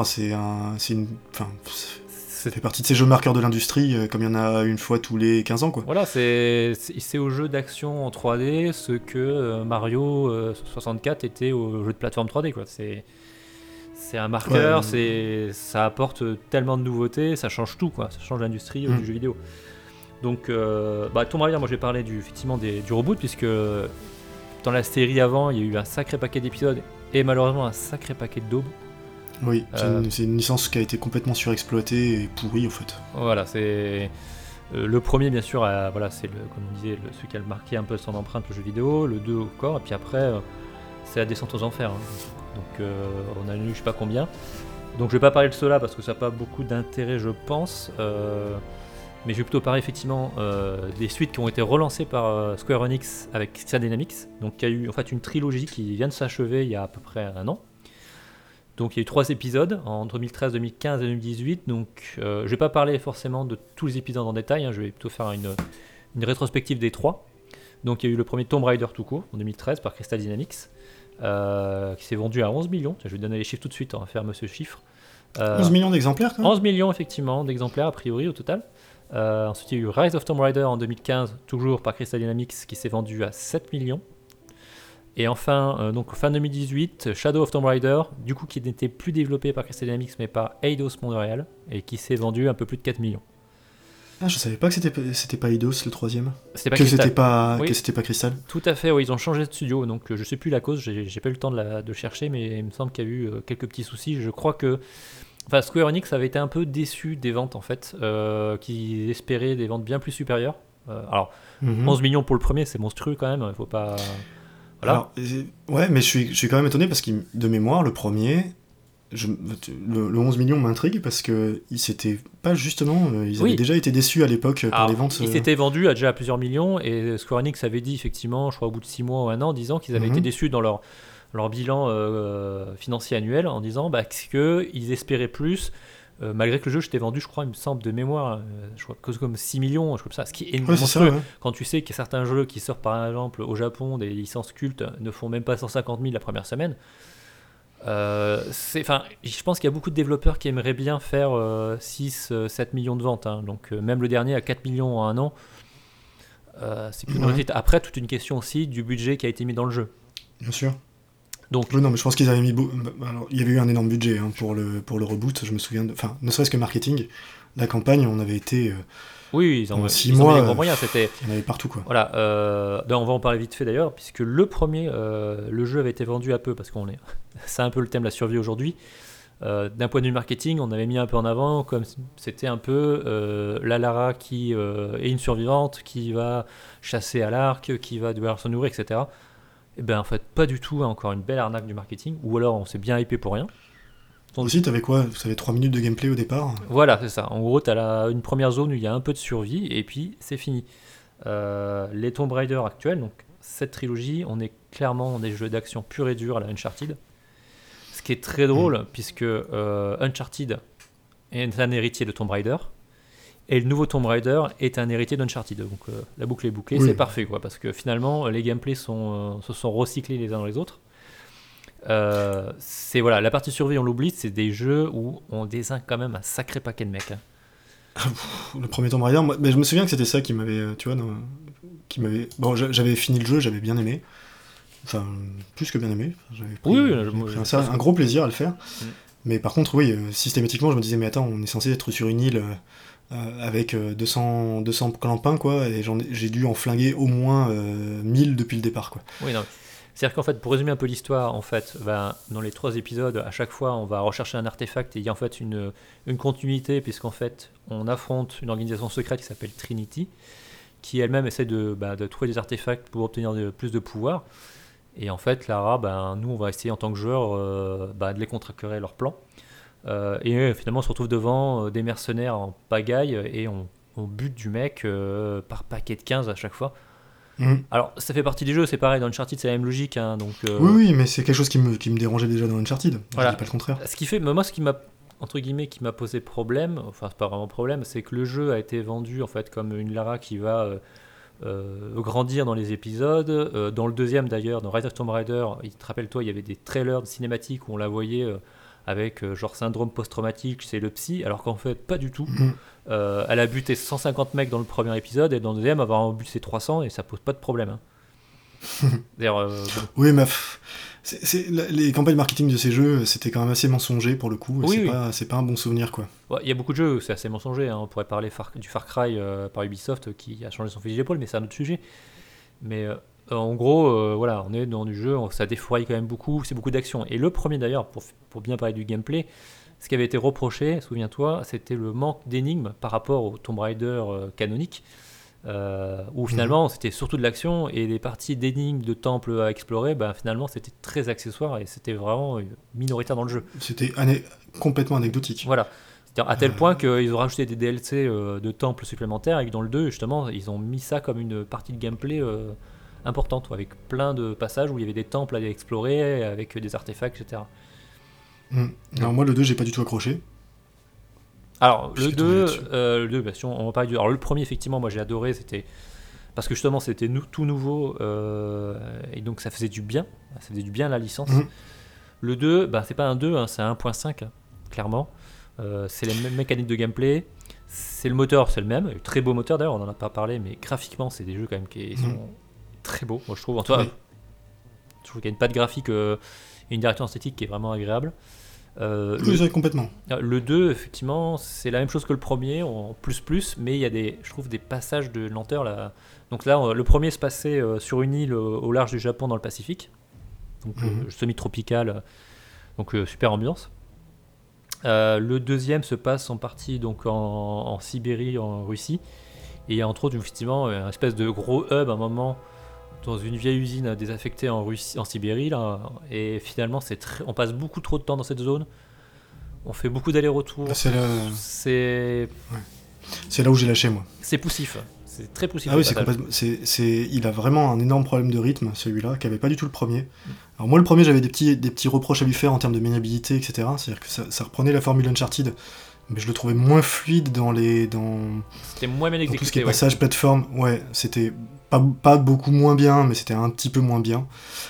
ça fait partie de ces jeux marqueurs de l'industrie, comme il y en a une fois tous les 15 ans, quoi. Voilà, c'est au jeu d'action en 3D ce que Mario 64 était au jeu de plateforme 3D, quoi. C'est un marqueur, ça apporte tellement de nouveautés, ça change tout, quoi. Ça change l'industrie du jeu vidéo. Donc, Tomb Raider, moi j'ai parlé effectivement du reboot, puisque dans la série avant, il y a eu un sacré paquet d'épisodes et malheureusement un sacré paquet de daubes. Oui, c'est une licence qui a été complètement surexploitée et pourrie, en fait. Voilà, c'est... le premier, bien sûr, c'est comme on disait, celui qui a marqué un peu son empreinte, le jeu vidéo, le 2 encore, et puis après, c'est la descente aux enfers. Hein. Donc, on a lu je sais pas combien. Donc, je vais pas parler de cela parce que ça n'a pas beaucoup d'intérêt, je pense. Mais je vais plutôt parler effectivement des suites qui ont été relancées par Square Enix avec Crystal Dynamics. Donc, il y a eu en fait une trilogie qui vient de s'achever il y a à peu près un an. Donc il y a eu 3 épisodes en 2013, 2015 et 2018. Donc je vais pas parler forcément de tous les épisodes en détail, hein, je vais plutôt faire une rétrospective des 3. Donc il y a eu le premier Tomb Raider tout court en 2013 par Crystal Dynamics, qui s'est vendu à 11 millions. Je vais donner les chiffres tout de suite, on va faire ce chiffre. 11 millions d'exemplaires quand même. 11 millions effectivement d'exemplaires a priori au total. Ensuite il y a eu Rise of Tomb Raider en 2015, toujours par Crystal Dynamics, qui s'est vendu à 7 millions. Et enfin, donc fin 2018, Shadow of Tomb Raider, du coup qui n'était plus développé par Crystal Dynamics mais par Eidos Montréal, et qui s'est vendu un peu plus de 4 millions. Ah, je savais pas que c'était pas Eidos le troisième. C'était pas que Crystal. C'était pas Crystal. Tout à fait, oui, ils ont changé de studio, donc je sais plus la cause, j'ai pas eu le temps de chercher, mais il me semble qu'il y a eu quelques petits soucis. Je crois que Square Enix avait été un peu déçu des ventes en fait, qui espéraient des ventes bien plus supérieures. Alors, 11 millions pour le premier, c'est monstrueux quand même, il faut pas... Voilà. Alors, ouais, mais je suis quand même étonné parce que de mémoire, le premier, le 11 millions m'intrigue parce que c'était pas justement, ils avaient déjà été déçus à l'époque par les ventes. Ils s'étaient vendus déjà à plusieurs millions et Square Enix avait dit effectivement, je crois au bout de 6 mois ou un an, en disant qu'ils avaient été déçus dans leur bilan financier annuel, en disant qu'ils espéraient plus. Malgré que le jeu, je t'ai vendu, je crois, il me semble, de mémoire, je crois, comme 6 millions, je crois ça, ce qui est monstrueux. Ouais. Quand tu sais qu'il y a certains jeux qui sortent par exemple au Japon, des licences cultes, ne font même pas 150 000 la première semaine. Je pense qu'il y a beaucoup de développeurs qui aimeraient bien faire 6, 7 millions de ventes. Hein, donc même le dernier à 4 millions en un an, c'est plus réussite. Après, toute une question aussi du budget qui a été mis dans le jeu. Bien sûr. Donc, oui, non, mais je pense qu'ils avaient mis. Alors, il y avait eu un énorme budget pour le reboot. Je me souviens. Enfin, ne serait-ce que marketing, la campagne, on avait été. Oui, ils ont 6 mois. Ont mis les gros moyens. C'était. Il y en avait partout, quoi. Voilà. On va en parler vite fait d'ailleurs, puisque le premier, le jeu avait été vendu à peu, parce c'est un peu le thème de la survie aujourd'hui. D'un point de vue marketing, on avait mis un peu en avant, comme c'était un peu la Lara qui est une survivante, qui va chasser à l'arc, qui va devoir se nourrir, etc. Et ben en fait pas du tout, encore une belle arnaque du marketing, ou alors on s'est bien hypé pour rien. Donc, aussi t'avais quoi? Vous avez 3 minutes de gameplay au départ? Voilà, c'est ça. En gros t'as une première zone où il y a un peu de survie et puis c'est fini. Les Tomb Raider actuels, donc cette trilogie, on est clairement dans des jeux d'action pur et dur à la Uncharted. Ce qui est très drôle, puisque Uncharted est un héritier de Tomb Raider, et le nouveau Tomb Raider est un héritier d'Uncharted. Donc la boucle est bouclée, c'est parfait, quoi, parce que finalement, les gameplays se sont recyclés les uns dans les autres. C'est voilà, la partie survie, on l'oublie, c'est des jeux où on désigne quand même un sacré paquet de mecs. Le premier Tomb Raider, mais je me souviens que c'était ça qui m'avait, bon, j'avais fini le jeu, j'avais bien aimé, enfin plus que bien aimé, j'avais pris un gros plaisir à le faire. Mais par contre, oui, systématiquement, je me disais, mais attends, on est censé être sur une île avec 200 clampins, quoi, et j'ai dû en flinguer au moins 1000 depuis le départ, quoi. Oui, non. C'est-à-dire qu'en fait, pour résumer un peu l'histoire, en fait, dans les 3 épisodes, à chaque fois, on va rechercher un artefact et il y a en fait une continuité, puisqu'en fait, on affronte une organisation secrète qui s'appelle Trinity, qui elle-même essaie de trouver des artefacts pour obtenir plus de pouvoir. Et en fait, Lara, nous, on va essayer en tant que joueur de les contrecarrer leur plan. Et finalement, on se retrouve devant des mercenaires en pagaille et on bute du mec par paquet de 15 à chaque fois. Alors, ça fait partie des jeux, c'est pareil, dans Uncharted, c'est la même logique. Donc, oui, mais c'est quelque chose qui me dérangeait déjà dans Uncharted, voilà. Je dis pas le contraire. Ce qui fait, moi, ce qui m'a, entre guillemets, qui m'a posé problème, enfin, c'est pas vraiment problème, c'est que le jeu a été vendu en fait comme une Lara qui va grandir dans les épisodes. Dans le deuxième d'ailleurs, dans Rise of Tomb Raider, te rappelle-toi, il y avait des trailers de cinématiques où on la voyait avec genre syndrome post-traumatique, c'est le psy, alors qu'en fait pas du tout. Elle a buté 150 mecs dans le premier épisode et dans le deuxième elle va en buter 300 et ça pose pas de problème. Oui, mais les campagnes marketing de ces jeux, c'était quand même assez mensonger pour le coup. Oui. C'est pas un bon souvenir, quoi. Il y a beaucoup de jeux où c'est assez mensonger. On pourrait parler du Far Cry par Ubisoft qui a changé son fusil d'épaule, mais c'est un autre sujet. Mais en gros, voilà, on est dans du jeu, ça défouraille quand même beaucoup, c'est beaucoup d'action. Et le premier d'ailleurs, pour bien parler du gameplay, ce qui avait été reproché, souviens-toi, c'était le manque d'énigmes par rapport au Tomb Raider canonique. Où finalement c'était surtout de l'action et les parties d'énigmes de temples à explorer, finalement c'était très accessoire et c'était vraiment minoritaire dans le jeu. C'était complètement anecdotique. Voilà, c'est-à-dire à tel point qu'ils ont rajouté des DLC de temples supplémentaires et que dans le 2 justement ils ont mis ça comme une partie de gameplay importante, avec plein de passages où il y avait des temples à explorer avec des artefacts, etc. Alors moi le 2 j'ai pas du tout accroché. Alors, le 2, si on va parler du... Alors, le premier, effectivement, moi j'ai adoré, c'était... Parce que justement, c'était tout nouveau, et donc ça faisait du bien à la licence. Le 2, c'est pas un 2, c'est un 1.5, clairement. C'est les mêmes mécaniques de gameplay, c'est le moteur, c'est le même, très beau moteur d'ailleurs, on en a pas parlé, mais graphiquement, c'est des jeux quand même qui sont très beaux, moi je trouve. En tout cas, je trouve qu'il y a une patte graphique et une direction esthétique qui est vraiment agréable. Complètement. Le 2, effectivement, c'est la même chose que le premier, en plus, mais il y a je trouve des passages de lenteur là. Donc là, le premier se passait sur une île au large du Japon dans le Pacifique, donc semi-tropical, donc super ambiance. Le deuxième se passe en partie donc en Sibérie, en Russie, et entre autres effectivement une espèce de gros hub à un moment dans une vieille usine désaffectée en Sibérie là, et finalement on passe beaucoup trop de temps dans cette zone, on fait beaucoup d'allers-retours. C'est là où j'ai lâché, moi. C'est poussif, c'est très poussif. Ah oui, c'est complètement. Il a vraiment un énorme problème de rythme, celui-là, qui avait pas du tout le premier. Alors moi le premier, j'avais des petits reproches à lui faire en termes de maniabilité, etc. C'est-à-dire que ça reprenait la formule Uncharted, mais je le trouvais moins fluide c'était moins bien exécuté, tout ce qui est passage plateforme. Ouais, c'était pas beaucoup moins bien, mais c'était un petit peu moins bien.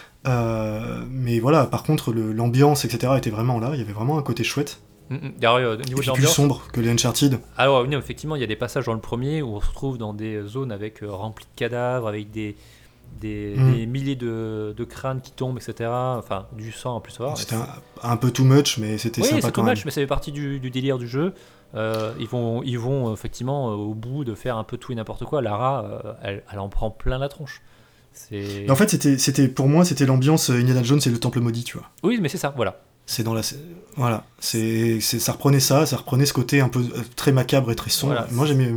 Mais voilà, par contre, l'ambiance, etc. était vraiment là. Il y avait vraiment un côté chouette. Niveau de l'ambiance, plus sombre que les Uncharted. Alors oui, effectivement, il y a des passages dans le premier où on se retrouve dans des zones avec remplies de cadavres, avec des milliers de crânes qui tombent, etc. Enfin, du sang en plus. C'était un peu too much, mais c'était sympa quand même. Oui, c'est too much, mais ça fait partie du délire du jeu. Ils vont effectivement au bout de faire un peu tout et n'importe quoi. Lara, elle en prend plein la tronche. Mais en fait, pour moi, c'était l'ambiance Indiana Jones et le Temple maudit, tu vois. Oui, mais c'est ça, voilà. Voilà, ça reprenait ce côté un peu très macabre et très sombre. Voilà, moi j'aimais,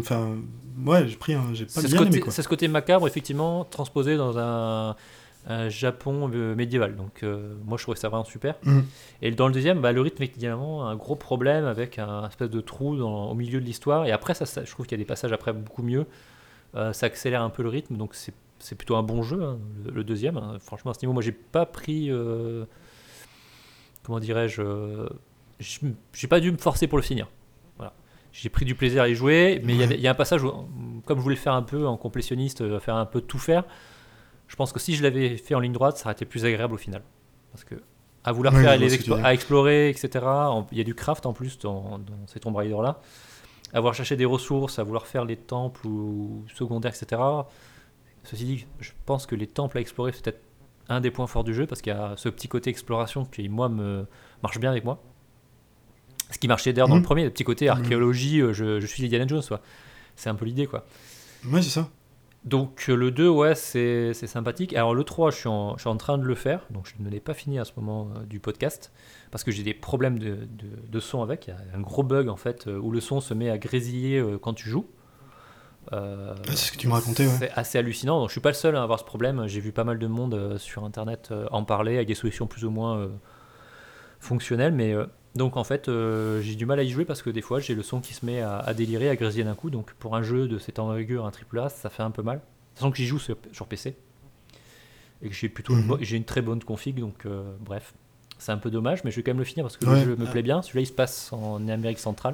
j'ai pas bien aimé, quoi. C'est ce côté macabre, effectivement, transposé dans un Japon médiéval. Donc moi je trouvais ça vraiment super. Et dans le deuxième, le rythme est évidemment un gros problème avec un espèce de trou au milieu de l'histoire. Et après, je trouve qu'il y a des passages après beaucoup mieux. Ça accélère un peu le rythme, donc c'est plutôt un bon jeu, hein, le deuxième. Hein. Franchement, à ce niveau, moi, j'ai pas pris. Comment dirais-je j'ai pas dû me forcer pour le finir. Voilà. J'ai pris du plaisir à y jouer, mais il y a un passage où, comme je voulais le faire un peu en complétionniste, faire un peu tout faire, je pense que si je l'avais fait en ligne droite, ça aurait été plus agréable au final. Parce que à vouloir faire à explorer, etc., il y a du craft en plus dans ces Tomb Raider là. À vouloir chercher des ressources, à vouloir faire les temples ou secondaires, etc. Ceci dit, je pense que les temples à explorer, c'est peut-être un des points forts du jeu, parce qu'il y a ce petit côté exploration qui, moi, marche bien avec moi. Ce qui marchait d'ailleurs dans le premier, le petit côté archéologie, je suis Indiana Jones, quoi. C'est un peu l'idée, quoi. Ouais, c'est ça. Donc le 2, ouais, c'est sympathique. Alors le 3, je suis en train de le faire, donc je ne l'ai pas fini à ce moment du podcast, parce que j'ai des problèmes de son avec. Il y a un gros bug, en fait, où le son se met à grésiller quand tu joues. C'est ce que tu me racontais, ouais. C'est assez hallucinant. Donc, je suis pas le seul à avoir ce problème. J'ai vu pas mal de monde sur internet en parler avec des solutions plus ou moins fonctionnelles. Mais donc en fait, j'ai du mal à y jouer parce que des fois j'ai le son qui se met à délirer, à grésiller d'un coup. Donc pour un jeu de cette envergure, un AAA, ça fait un peu mal. Sachant que j'y joue sur PC et que j'ai une très bonne config. Donc bref, c'est un peu dommage, mais je vais quand même le finir parce que le jeu me plaît bien. Celui-là, il se passe en Amérique centrale.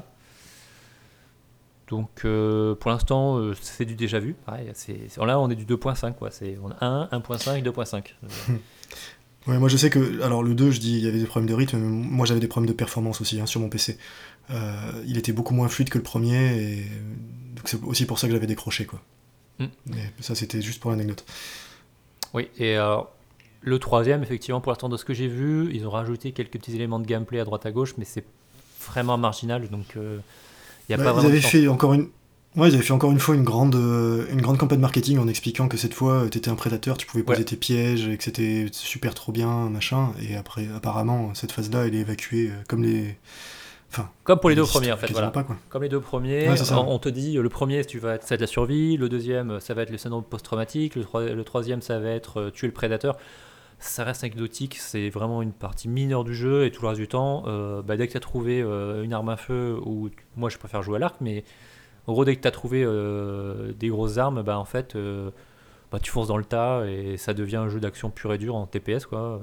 Donc pour l'instant c'est du déjà vu. Pareil, là on est du 2.5 quoi. On a 1, 1.5, 2.5. Ouais, moi je sais que, alors le 2 je dis il y avait des problèmes de rythme, mais moi j'avais des problèmes de performance aussi sur mon PC. Il était beaucoup moins fluide que le premier et donc c'est aussi pour ça que j'avais décroché quoi. Mais ça c'était juste pour l'anecdote. Oui, et le troisième effectivement pour l'instant de ce que j'ai vu, ils ont rajouté quelques petits éléments de gameplay à droite à gauche mais c'est vraiment marginal donc ils avaient fait encore une fois une grande campagne marketing en expliquant que cette fois t'étais un prédateur, tu pouvais poser tes pièges et que c'était super trop bien, machin. Et après, apparemment, cette phase-là, elle est évacuée comme pour les deux premiers en fait. Voilà. Comme les deux premiers, ouais, on te dit le premier c'est de la survie, le deuxième ça va être le syndrome post-traumatique, le troisième ça va être tuer le prédateur. Ça reste anecdotique, c'est vraiment une partie mineure du jeu et tout le reste du temps, dès que tu as trouvé une arme à feu, ou moi je préfère jouer à l'arc, mais en gros dès que tu as trouvé des grosses armes, en fait tu fonces dans le tas et ça devient un jeu d'action pur et dur en TPS quoi.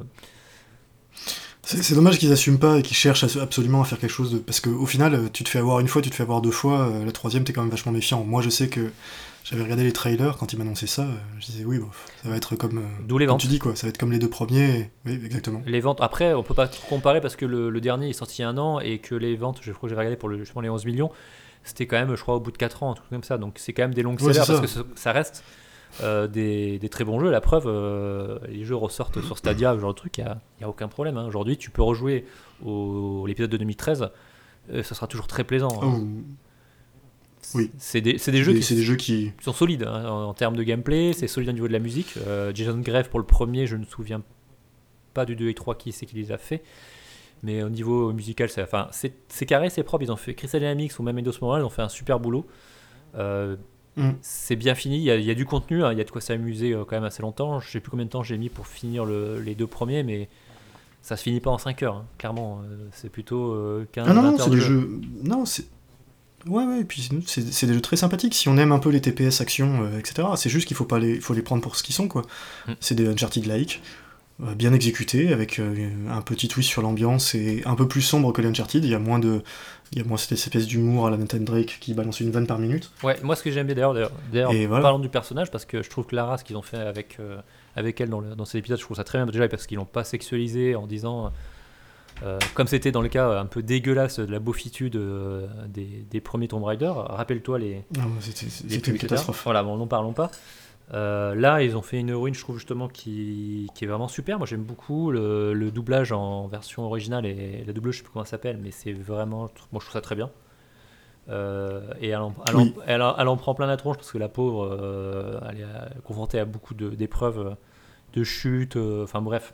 C'est dommage qu'ils assument pas et qu'ils cherchent absolument à faire quelque chose parce qu'au final tu te fais avoir une fois, tu te fais avoir deux fois, la troisième t'es quand même vachement méfiant. Moi je sais que j'avais regardé les trailers quand ils m'annonçaient ça, je disais oui, ça va être comme, d'où les ventes. Tu dis quoi, ça va être comme les deux premiers, oui exactement. Les ventes, après on peut pas comparer parce que le dernier est sorti il y a un an et que les ventes, je crois que j'ai regardé pour justement les 11 millions, c'était quand même je crois au bout de 4 ans, un truc comme ça, donc c'est quand même des longues sellers parce que ça reste des très bons jeux. La preuve, les jeux ressortent sur Stadia, ce genre de truc, il n'y a aucun problème. Hein. Aujourd'hui, tu peux rejouer l'épisode de 2013, ça sera toujours très plaisant. Hein. Oui. C'est des jeux qui sont solides hein, en termes de gameplay, c'est solide au niveau de la musique. Jason Grave pour le premier, je ne me souviens pas du 2 et 3 qui les a fait. Mais au niveau musical, c'est carré, c'est propre. Ils ont fait Crystal Dynamics ou même Eidos Montréal, ils ont fait un super boulot. C'est bien fini, il y a du contenu, hein, il y a de quoi s'amuser quand même assez longtemps. Je sais plus combien de temps j'ai mis pour finir les deux premiers, mais ça se finit pas en 5 heures, hein, clairement. C'est plutôt 15 20 heures. C'est des jeux. Non, c'est. Ouais, et puis c'est des jeux très sympathiques. Si on aime un peu les TPS action, etc., c'est juste qu'il faut les prendre pour ce qu'ils sont, quoi. C'est des Uncharted-like, bien exécutés, avec un petit twist sur l'ambiance et un peu plus sombre que les Uncharted. Il y a moins cette espèce d'humour à la Nathan Drake qui balance une vanne par minute. Ouais, moi ce que j'aime bien d'ailleurs voilà. Parlons du personnage, parce que je trouve que Lara, ce qu'ils ont fait avec elle dans cet épisode, je trouve ça très bien déjà, parce qu'ils l'ont pas sexualisé en disant comme c'était dans le cas un peu dégueulasse de la beaufitude des premiers Tomb Raider. Rappelle-toi c'était une catastrophe. Voilà, bon, n'en parlons pas. Là, ils ont fait une héroïne, je trouve justement, qui est vraiment super. Moi, j'aime beaucoup le doublage en version originale et la doubleuse, je sais plus comment ça s'appelle, mais c'est vraiment, moi, je trouve ça très bien. Et elle en prend plein la tronche parce que la pauvre, elle est confrontée à beaucoup d'épreuves, de chutes, enfin bref.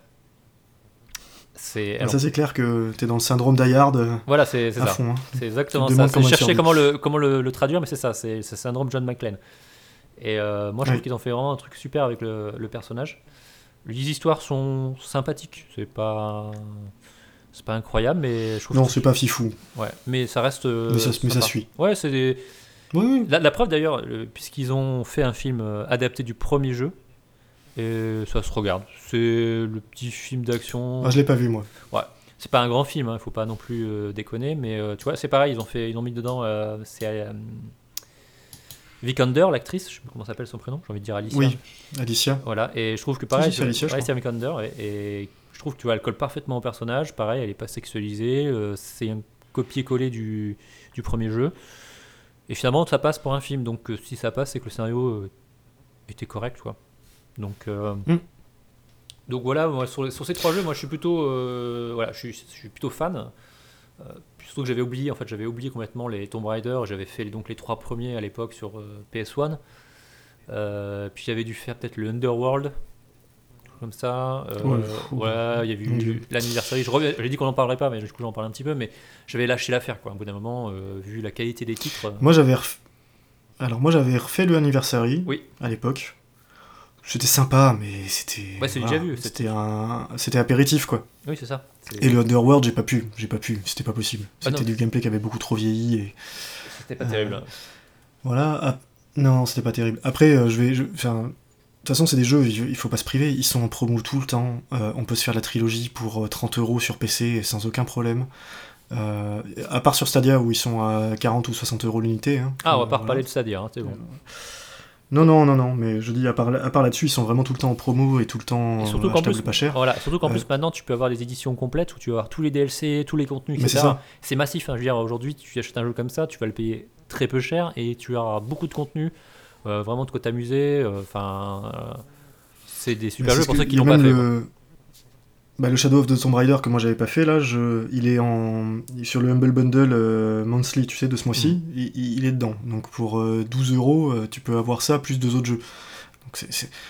C'est clair que t'es dans le syndrome d'Ayard. Voilà, c'est ça. Fond, hein. C'est exactement ça. Je cherchais comment le traduire, mais c'est ça. C'est le syndrome John McClane. Et moi, je trouve qu'ils ont fait vraiment un truc super avec le personnage. Les histoires sont sympathiques. C'est pas incroyable, mais je trouve. Non, c'est pas fifou. Ouais, mais ça reste. Mais ça suit. Ouais, c'est Oui. La preuve d'ailleurs, puisqu'ils ont fait un film adapté du premier jeu, et ça se regarde. C'est le petit film d'action. Ah, je l'ai pas vu moi. Ouais, c'est pas un grand film, faut pas non plus déconner, mais tu vois, c'est pareil, ils ont mis dedans, c'est Vikander, l'actrice, je sais pas comment s'appelle son prénom, j'ai envie de dire Alicia. Oui, Alicia. Voilà, et je trouve que pareil, c'est Alicia, Alicia Vikander, et je trouve que tu vois, elle colle parfaitement au personnage, pareil, elle est pas sexualisée, c'est un copier-coller du premier jeu, et finalement ça passe pour un film, donc si ça passe, c'est que le scénario était correct, quoi. Donc voilà, moi, sur ces 3 jeux, moi je suis plutôt, voilà, je suis plutôt fan. Surtout que j'avais oublié complètement les Tomb Raider. J'avais fait donc les 3 premiers à l'époque sur PS1. Puis j'avais dû faire peut-être le Underworld, comme ça. Voilà, il y a eu l'anniversary. J'ai dit qu'on n'en parlerait pas, mais du coup j'en parle un petit peu. Mais j'avais lâché l'affaire, quoi. Au bout d'un moment, vu la qualité des titres. Moi j'avais refait le Anniversary Oui. à l'époque. C'était sympa, mais c'était. Ouais, c'est déjà vu. C'était apéritif, quoi. Oui, c'est ça. Et le Underworld, j'ai pas pu. C'était pas possible. Ah, c'était du gameplay qui avait beaucoup trop vieilli. Et... C'était pas terrible. Hein. Voilà. Non, c'était pas terrible. Après, de toute façon, c'est des jeux, il faut pas se priver. Ils sont en promo tout le temps. On peut se faire la trilogie pour 30€ sur PC sans aucun problème. À part sur Stadia où ils sont à 40 ou 60€ l'unité. Hein. Ah, on va pas reparler de Stadia, hein, c'est bon. Non, mais je dis, à part là-dessus, ils sont vraiment tout le temps en promo et tout le temps achetables pas cher. Voilà, surtout qu'en plus, maintenant, tu peux avoir des éditions complètes où tu vas avoir tous les DLC, tous les contenus, etc. C'est massif, hein. Je veux dire, aujourd'hui, tu achètes un jeu comme ça, tu vas le payer très peu cher et tu auras beaucoup de contenu, vraiment de quoi t'amuser. C'est des super jeux pour ceux qui l'ont pas fait. Le Shadow of the Tomb Raider que moi j'avais pas fait, là, il est sur le Humble Bundle Monthly, tu sais, de ce mois-ci, il est dedans. Donc pour 12€, tu peux avoir ça plus 2 autres jeux. Donc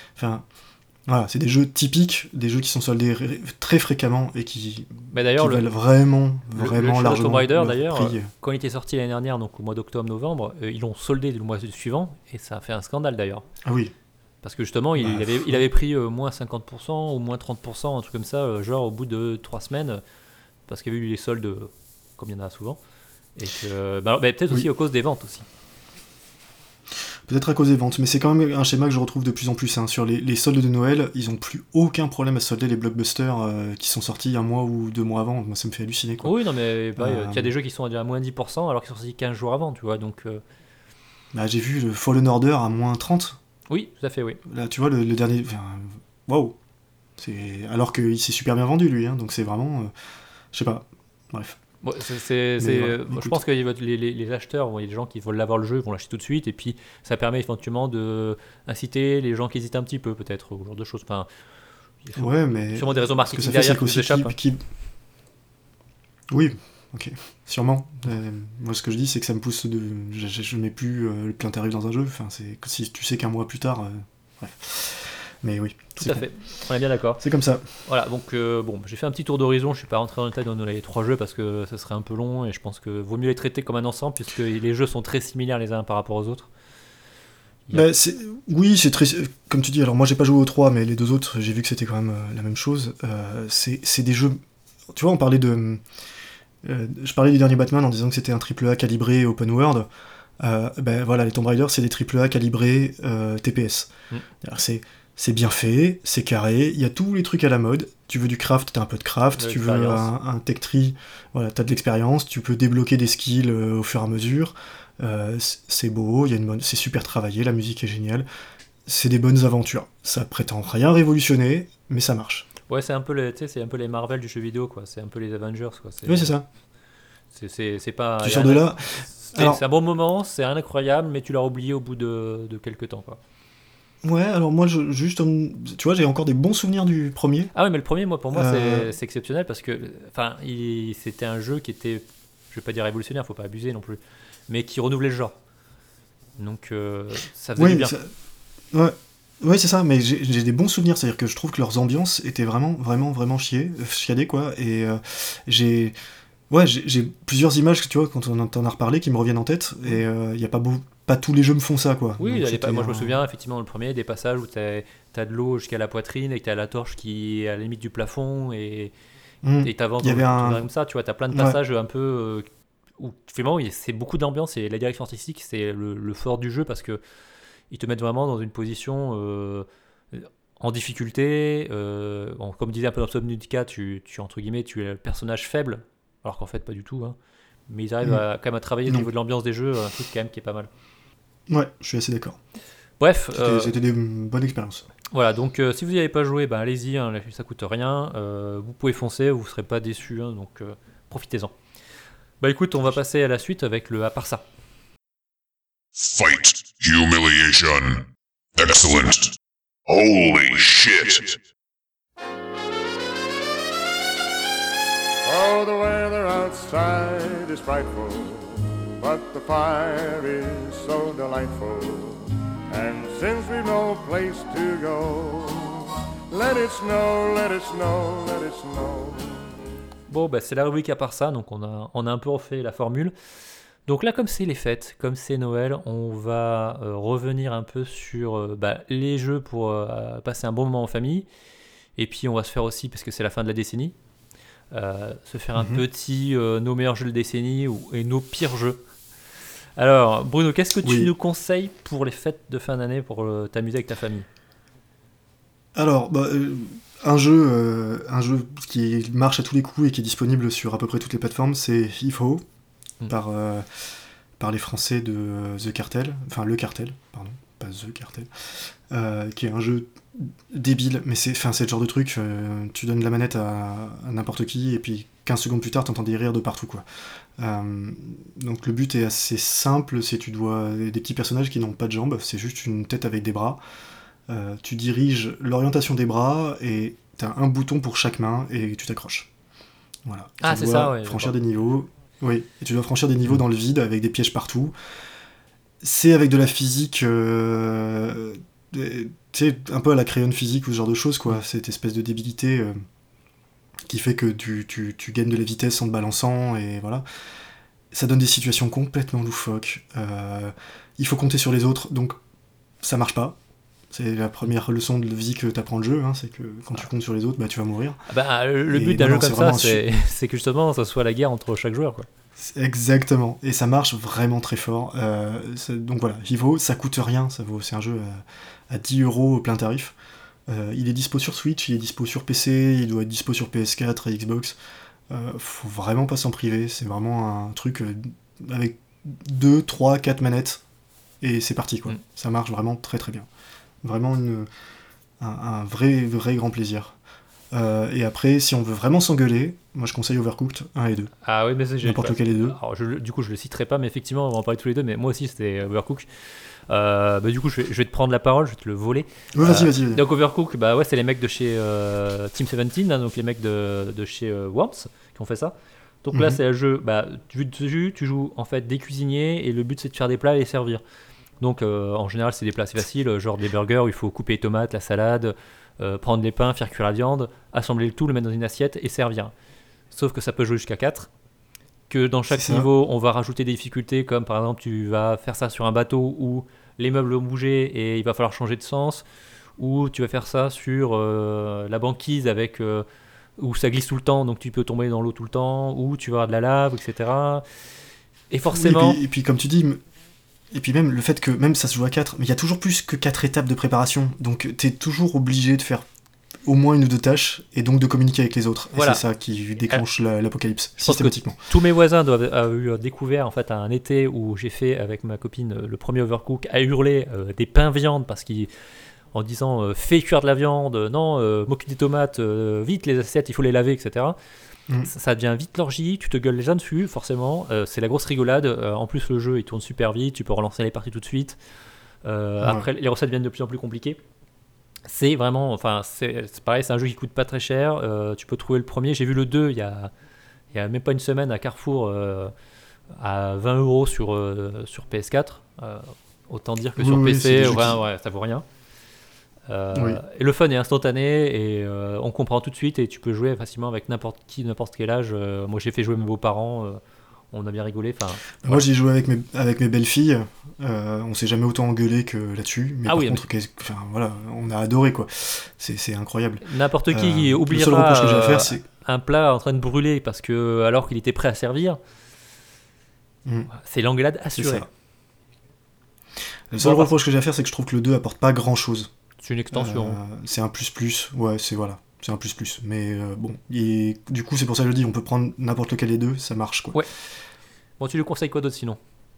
voilà, c'est des jeux typiques, des jeux qui sont soldés très fréquemment et qui valent vraiment largement Tomb Raider, d'ailleurs, prix. Quand il était sorti l'année dernière, donc au mois d'octobre-novembre, ils l'ont soldé le mois suivant et ça a fait un scandale d'ailleurs. Ah oui. Parce que justement, il avait pris moins 50% ou moins 30%, un truc comme ça, genre au bout de 3 semaines, parce qu'il y avait eu les soldes, comme il y en a souvent. Et que, peut-être aussi à cause des ventes aussi. Peut-être à cause des ventes, mais c'est quand même un schéma que je retrouve de plus en plus. Hein. Sur les soldes de Noël, ils n'ont plus aucun problème à solder les blockbusters qui sont sortis 1 mois ou 2 mois avant. Moi, ça me fait halluciner, quoi. Oui, non, mais il y a des jeux qui sont à moins 10% alors qu'ils sont sortis 15 jours avant, tu vois. Donc, j'ai vu le Fallen Order à moins 30. Oui, tout à fait, oui. Là, tu vois, le dernier... Waouh. Alors qu'il s'est super bien vendu, lui. Hein, donc c'est vraiment... je sais pas. Bref. Bon, je pense que les acheteurs, il y a des gens qui veulent l'avoir le jeu, ils vont l'acheter tout de suite, et puis ça permet éventuellement d'inciter les gens qui hésitent un petit peu, peut-être, au genre de choses. Enfin, mais... Sûrement des réseaux marketing derrière qui s'échappent. Oui, ok, sûrement. Moi, ce que je dis, c'est que ça me pousse je mets plus le plein tarif dans un jeu. Enfin, c'est si tu sais qu'un mois plus tard... Bref. Mais oui. Tout à fait. On est bien d'accord. C'est comme ça. Voilà, donc j'ai fait un petit tour d'horizon. Je suis pas rentré dans le détail dans les 3 jeux parce que ça serait un peu long et je pense que vaut mieux les traiter comme un ensemble puisque les jeux sont très similaires les uns par rapport aux autres. Oui, c'est très... Comme tu dis, alors moi j'ai pas joué aux 3, mais les 2 autres, j'ai vu que c'était quand même la même chose. C'est des jeux... Tu vois, on parlait de... je parlais du dernier Batman en disant que c'était un AAA calibré open world. Voilà, les Tomb Raider, c'est des AAA calibrés TPS. Alors c'est bien fait, c'est carré, il y a tous les trucs à la mode. Tu veux du craft, t'as un peu de craft. Tu veux un tech tree, voilà, t'as de l'expérience. Tu peux débloquer des skills au fur et à mesure. C'est beau, c'est super travaillé, la musique est géniale. C'est des bonnes aventures. Ça prétend rien révolutionner, mais ça marche. Ouais, c'est un peu les Marvel du jeu vidéo, quoi. C'est un peu les Avengers, quoi. Oui, c'est ça. C'est pas. Tu sors de là. C'est un bon moment, c'est incroyable, mais tu l'as oublié au bout de quelques temps, quoi. Ouais, alors moi, tu vois, j'ai encore des bons souvenirs du premier. Ah oui, mais le premier, pour moi, c'est exceptionnel parce que, c'était un jeu qui était, je vais pas dire révolutionnaire, faut pas abuser non plus, mais qui renouvelait le genre. Donc, ça faisait du bien. Ouais, c'est ça, mais j'ai des bons souvenirs, c'est-à-dire que je trouve que leurs ambiances étaient vraiment chiadées, quoi, et j'ai plusieurs images, tu vois, quand on t'en a reparlé, qui me reviennent en tête, et il y a pas tous les jeux me font ça, quoi. Oui, moi je me souviens effectivement le premier, des passages où t'as de l'eau jusqu'à la poitrine et que t'as la torche qui est à la limite du plafond et t'avances comme ça, tu vois, t'as plein de passages un peu où finalement c'est beaucoup d'ambiance et la direction artistique c'est le fort du jeu parce que ils te mettent vraiment dans une position en difficulté, comme disait un peu dans Subnautica, entre guillemets, tu es le personnage faible, alors qu'en fait pas du tout, hein. Mais ils arrivent quand même à travailler au niveau de l'ambiance des jeux, un truc quand même qui est pas mal. Ouais, je suis assez d'accord. Bref, c'était des bonnes expériences. Voilà, donc si vous n'y avez pas joué, allez-y, hein, ça coûte rien, vous pouvez foncer, vous ne serez pas déçus, hein, donc profitez-en. Écoute, on va passer à la suite avec le à part ça. Fight, humiliation, excellent, holy shit. Oh, the weather outside is frightful, but the fire is so delightful. And since we've no place to go, let it snow, let it snow, let it snow. Bon, c'est la rubrique à part ça, donc on a un peu refait la formule. Donc là, comme c'est les fêtes, comme c'est Noël, on va revenir un peu sur les jeux pour passer un bon moment en famille. Et puis on va se faire aussi, parce que c'est la fin de la décennie, se faire un petit nos meilleurs jeux de décennie et nos pires jeux. Alors Bruno, qu'est-ce que tu nous conseilles pour les fêtes de fin d'année pour t'amuser avec ta famille ? Alors, un jeu qui marche à tous les coups et qui est disponible sur à peu près toutes les plateformes, c'est If-Ho, par les Français de The Cartel, enfin Le Cartel, pardon, pas The Cartel, qui est un jeu débile, mais c'est le genre de truc, tu donnes la manette à n'importe qui, et puis 15 secondes plus tard, t'entends des rires de partout, quoi. Donc le but est assez simple, c'est tu dois des petits personnages qui n'ont pas de jambes, c'est juste une tête avec des bras. Tu diriges l'orientation des bras, et t'as un bouton pour chaque main, et tu t'accroches. Voilà. Ah, c'est ça, ouais. Franchir des niveaux. Oui, et tu dois franchir des niveaux dans le vide, avec des pièges partout. C'est avec de la physique... tu sais, un peu à la crayon physique ou ce genre de choses, quoi. Cette espèce de débilité qui fait que tu gagnes de la vitesse en te balançant, et voilà. Ça donne des situations complètement loufoques. Il faut compter sur les autres, donc ça marche pas. C'est la première leçon de vie que t'apprends le jeu, hein, c'est que quand tu comptes sur les autres, tu vas mourir. Le but d'un jeu comme ça, c'est que justement ça soit la guerre entre chaque joueur, quoi. Exactement, et ça marche vraiment très fort. Donc voilà, Vivo, ça coûte rien, c'est un jeu à 10€ au plein tarif. Il est dispo sur Switch, il est dispo sur PC, il doit être dispo sur PS4 et Xbox. Faut vraiment pas s'en priver, c'est vraiment un truc avec 2, 3, 4 manettes, et c'est parti, quoi. Ça marche vraiment très très bien. Vraiment un vrai grand plaisir. Et après, si on veut vraiment s'engueuler, moi je conseille Overcooked 1 et 2. Ah oui, mais c'est n'importe lequel des deux. Alors, du coup, je le citerai pas, mais effectivement, on va en parler tous les deux. Mais moi aussi, c'était Overcooked. Du coup, je vais te prendre la parole, je vais te le voler. Ouais, vas-y. Donc, Overcooked, c'est les mecs de chez Team 17, hein, donc les mecs de chez Worms qui ont fait ça. Donc là, c'est un jeu, tu joues en fait des cuisiniers, et le but c'est de faire des plats et les servir. Donc en général, c'est des plats assez faciles, genre des burgers où il faut couper les tomates, la salade, prendre les pains, faire cuire la viande, assembler le tout, le mettre dans une assiette et servir. Sauf que ça peut jouer jusqu'à 4. Que dans chaque niveau, on va rajouter des difficultés, comme par exemple, tu vas faire ça sur un bateau où les meubles vont bouger et il va falloir changer de sens, ou tu vas faire ça sur la banquise avec où ça glisse tout le temps, donc tu peux tomber dans l'eau tout le temps, ou tu vas avoir de la lave, etc. Et forcément... Et puis comme tu dis... Et puis même le fait que même ça se joue à 4, mais il y a toujours plus que 4 étapes de préparation, donc t'es toujours obligé de faire au moins une ou deux tâches, et donc de communiquer avec les autres. Voilà. Et c'est ça qui déclenche l'apocalypse, systématiquement. Tous mes voisins doivent avoir eu découvert en fait un été où j'ai fait avec ma copine le premier Overcook à hurler des pains viande en disant fais cuire de la viande, non, m'occupe des tomates, vite les assiettes, il faut les laver, etc. Ça devient vite l'orgie, tu te gueules les gens dessus, forcément, c'est la grosse rigolade. En plus, le jeu il tourne super vite, tu peux relancer les parties tout de suite. Après, les recettes deviennent de plus en plus compliquées. C'est vraiment, c'est pareil, c'est un jeu qui coûte pas très cher. Tu peux trouver le premier, j'ai vu le 2 il y a même pas une semaine à Carrefour à 20€ sur PS4. Autant dire que sur PC, ça vaut rien. Et le fun est instantané et on comprend tout de suite, et tu peux jouer facilement avec n'importe quel âge. Moi j'ai fait jouer mes beaux-parents, on a bien rigolé. Moi j'ai joué avec mes belles-filles, on s'est jamais autant engueulé que là-dessus, mais par contre on a adoré, quoi. C'est incroyable. N'importe qui oubliera un plat en train de brûler parce que alors qu'il était prêt à servir. C'est l'engueulade assurée. Le seul reproche que j'ai à faire, c'est que je trouve que le 2 apporte pas grand chose. C'est une extension. C'est un plus, ouais, c'est un plus. Mais bon, et du coup, c'est pour ça que je dis, on peut prendre n'importe lequel des deux, ça marche, quoi. Ouais. Bon, tu lui conseilles quoi d'autre sinon?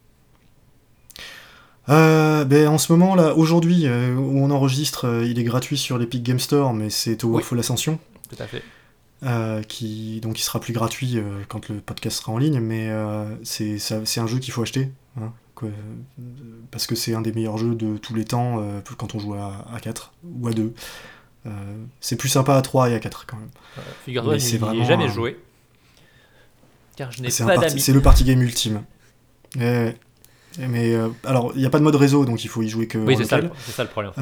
En ce moment, là, aujourd'hui, où on enregistre, il est gratuit sur l'Epic Game Store, mais c'est Towerfall Ascension. Tout à fait. Qui sera plus gratuit quand le podcast sera en ligne, mais c'est un jeu qu'il faut acheter, hein, parce que c'est un des meilleurs jeux de tous les temps quand on joue à 4 ou à 2. C'est plus sympa à 3 et à 4 quand même. Figure-toi, je n'y ai jamais joué. Car je n'ai pas d'amis. C'est le party game ultime. Mais alors, il n'y a pas de mode réseau, donc il faut y jouer que oui, en local. C'est ça le problème.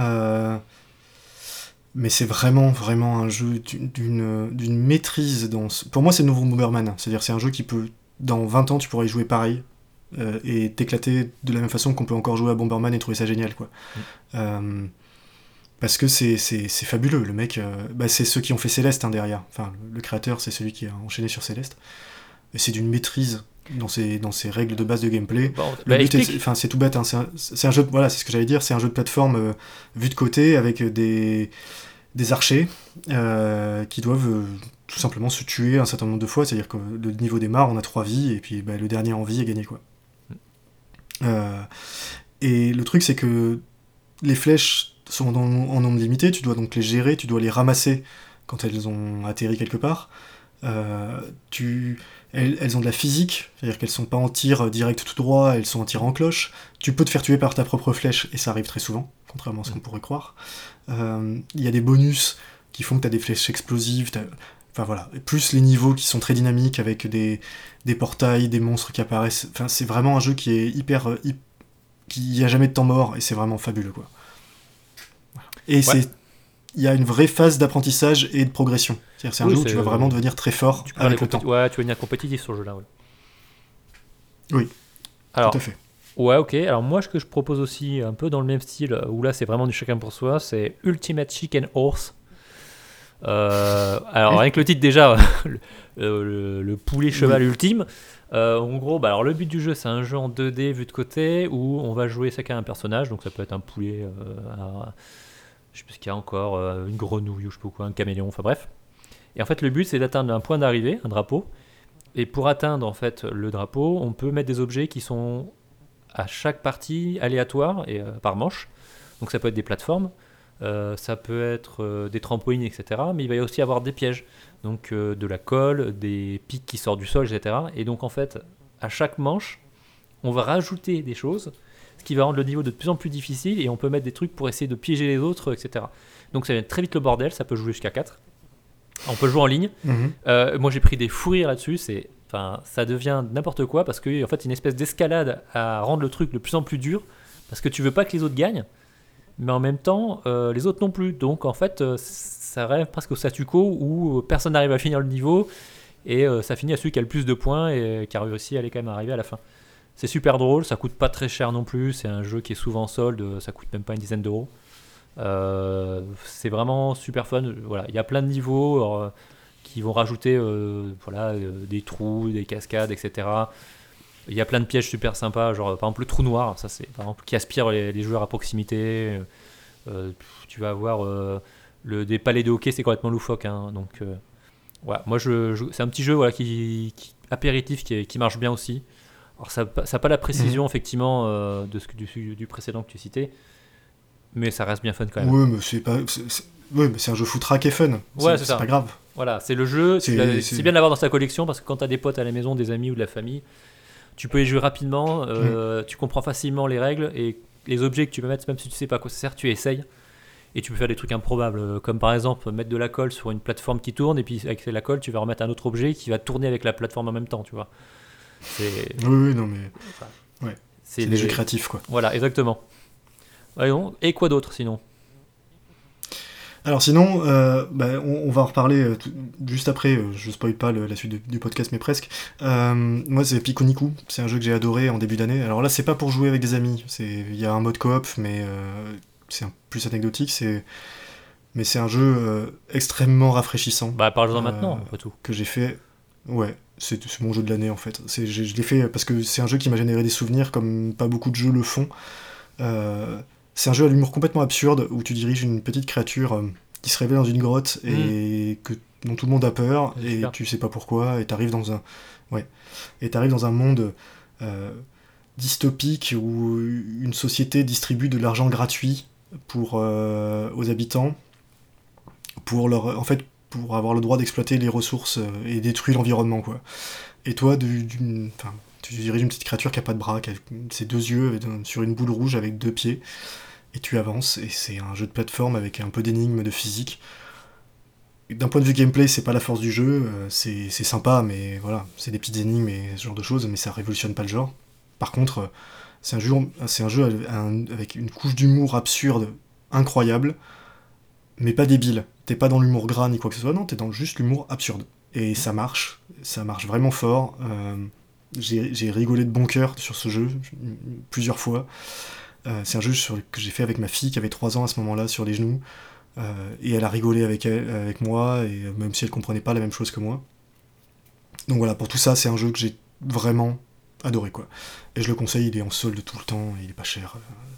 Mais c'est vraiment un jeu d'une maîtrise pour moi, c'est le nouveau Bomberman. C'est-à-dire, c'est un jeu qui peut, dans 20 ans, tu pourrais y jouer pareil et t'éclater de la même façon qu'on peut encore jouer à Bomberman et trouver ça génial, quoi. Parce que c'est fabuleux. Le mec, c'est ceux qui ont fait Céleste, hein, derrière. Enfin, le créateur, c'est celui qui a enchaîné sur Céleste. Et c'est d'une maîtrise dans ses règles de base de gameplay. Bon, le but c'est tout bête, hein, c'est un jeu voilà, c'est ce que j'allais dire, c'est un jeu de plateforme vu de côté avec des archers qui doivent tout simplement se tuer un certain nombre de fois, c'est-à-dire que le niveau démarre, on a 3 vies et puis le dernier en vie est gagné, quoi. Et le truc, c'est que les flèches sont en nombre limité, tu dois donc les gérer, tu dois les ramasser quand elles ont atterri quelque part. Elles ont de la physique, c'est-à-dire qu'elles sont pas en tir direct tout droit, elles sont en tir en cloche. Tu peux te faire tuer par ta propre flèche, et ça arrive très souvent, contrairement à ce qu'on pourrait croire. Il y a des bonus qui font que t'as des flèches explosives, enfin voilà. Et plus les niveaux qui sont très dynamiques, avec des portails, des monstres qui apparaissent. Enfin, c'est vraiment un jeu qui est qui y a jamais de temps mort, et c'est vraiment fabuleux, quoi. Et il y a une vraie phase d'apprentissage et de progression. C'est-à-dire, c'est un jeu où tu vas vraiment devenir très fort avec le temps. Ouais, tu vas devenir compétitif sur ce jeu-là. Ouais. Oui, alors, tout à fait. Ouais, ok. Alors moi, ce que je propose aussi, un peu dans le même style, où là, c'est vraiment du chacun pour soi, c'est Ultimate Chicken Horse. Alors, avec le titre déjà, le poulet cheval ultime. En gros, alors, le but du jeu, c'est un jeu en 2D vu de côté, où on va jouer chacun un personnage. Donc ça peut être un poulet... je sais plus ce qu'il y a encore, une grenouille ou je sais pas quoi, un caméléon, enfin bref. Et en fait, le but, c'est d'atteindre un point d'arrivée, un drapeau. Et pour atteindre en fait le drapeau, on peut mettre des objets qui sont à chaque partie aléatoires et par manche. Donc ça peut être des plateformes, ça peut être des trampolines, etc. Mais il va y aussi avoir des pièges, donc de la colle, des pics qui sortent du sol, etc. Et donc en fait, à chaque manche, on va rajouter des choses, ce qui va rendre le niveau de plus en plus difficile, et on peut mettre des trucs pour essayer de piéger les autres, etc. Donc ça va être très vite le bordel, ça peut jouer jusqu'à 4. On peut jouer en ligne. Moi j'ai pris des fous rires là-dessus, ça devient n'importe quoi, parce que en fait une espèce d'escalade à rendre le truc de plus en plus dur, parce que tu veux pas que les autres gagnent, mais en même temps les autres non plus. Donc en fait ça rêve presque au statu quo où personne n'arrive à finir le niveau, et ça finit à celui qui a le plus de points et qui a réussi à aller quand même arriver à la fin. C'est super drôle, ça coûte pas très cher non plus, c'est un jeu qui est souvent en solde, ça coûte même pas une dizaine d'euros. C'est vraiment super fun. Voilà, il y a plein de niveaux qui vont rajouter des trous, des cascades, etc. Il y a plein de pièges super sympas, genre par exemple le trou noir, ça c'est par exemple qui aspire les joueurs à proximité. Tu vas avoir des palais de hockey, c'est complètement loufoque, hein, donc voilà. Moi c'est un petit jeu qui apéritif qui marche bien aussi. Alors ça n'a pas la précision effectivement du précédent que tu citais, mais ça reste bien fun quand même. Ouais, mais c'est un jeu foutraque et fun. Ouais, c'est pas grave. Voilà, c'est le jeu. C'est bien de l'avoir dans sa collection, parce que quand tu as des potes à la maison, des amis ou de la famille, tu peux y jouer rapidement, tu comprends facilement les règles, et les objets que tu peux mettre, même si tu sais pas à quoi ça sert, tu essayes. Et tu peux faire des trucs improbables, comme par exemple mettre de la colle sur une plateforme qui tourne, et puis avec la colle, tu vas remettre un autre objet qui va tourner avec la plateforme en même temps, tu vois. Oui, non mais... Ouais. C'est des jeux créatifs, quoi. Voilà, exactement. Voyons. Et quoi d'autre, sinon ? Alors sinon, on va en reparler juste après, je spoil pas la suite du podcast, mais presque. Moi, c'est Pikuniku, c'est un jeu que j'ai adoré en début d'année. Alors là, c'est pas pour jouer avec des amis, il y a un mode coop, mais c'est plus anecdotique, mais c'est un jeu extrêmement rafraîchissant. Parle-en maintenant, après tout. Que j'ai fait... Ouais, c'est mon jeu de l'année en fait. Je l'ai fait parce que c'est un jeu qui m'a généré des souvenirs comme pas beaucoup de jeux le font. c'est un jeu à l'humour complètement absurde où tu diriges une petite créature qui se réveille dans une grotte et dont tout le monde a peur C'est et super. tu sais pas pourquoi et t'arrives dans un monde dystopique où une société distribue de l'argent gratuit aux habitants pour avoir le droit d'exploiter les ressources et détruire l'environnement, quoi. Et toi, tu diriges une petite créature qui a pas de bras, qui a ses 2 yeux sur une boule rouge avec 2 pieds, et tu avances, et c'est un jeu de plateforme avec un peu d'énigmes de physique. D'un point de vue gameplay, c'est pas la force du jeu, c'est sympa, mais voilà, c'est des petites énigmes et ce genre de choses, mais ça révolutionne pas le genre. Par contre, c'est un jeu avec une couche d'humour absurde incroyable, mais pas débile. T'es pas dans l'humour gras ni quoi que ce soit, non, t'es dans juste l'humour absurde. Et ça marche vraiment fort. J'ai rigolé de bon cœur sur ce jeu plusieurs fois. C'est un jeu que j'ai fait avec ma fille qui avait 3 ans à ce moment-là sur les genoux. Et elle a rigolé avec moi, et même si elle comprenait pas la même chose que moi. Donc voilà, pour tout ça, c'est un jeu que j'ai vraiment adoré, quoi. Et je le conseille, il est en solde tout le temps, il est pas cher.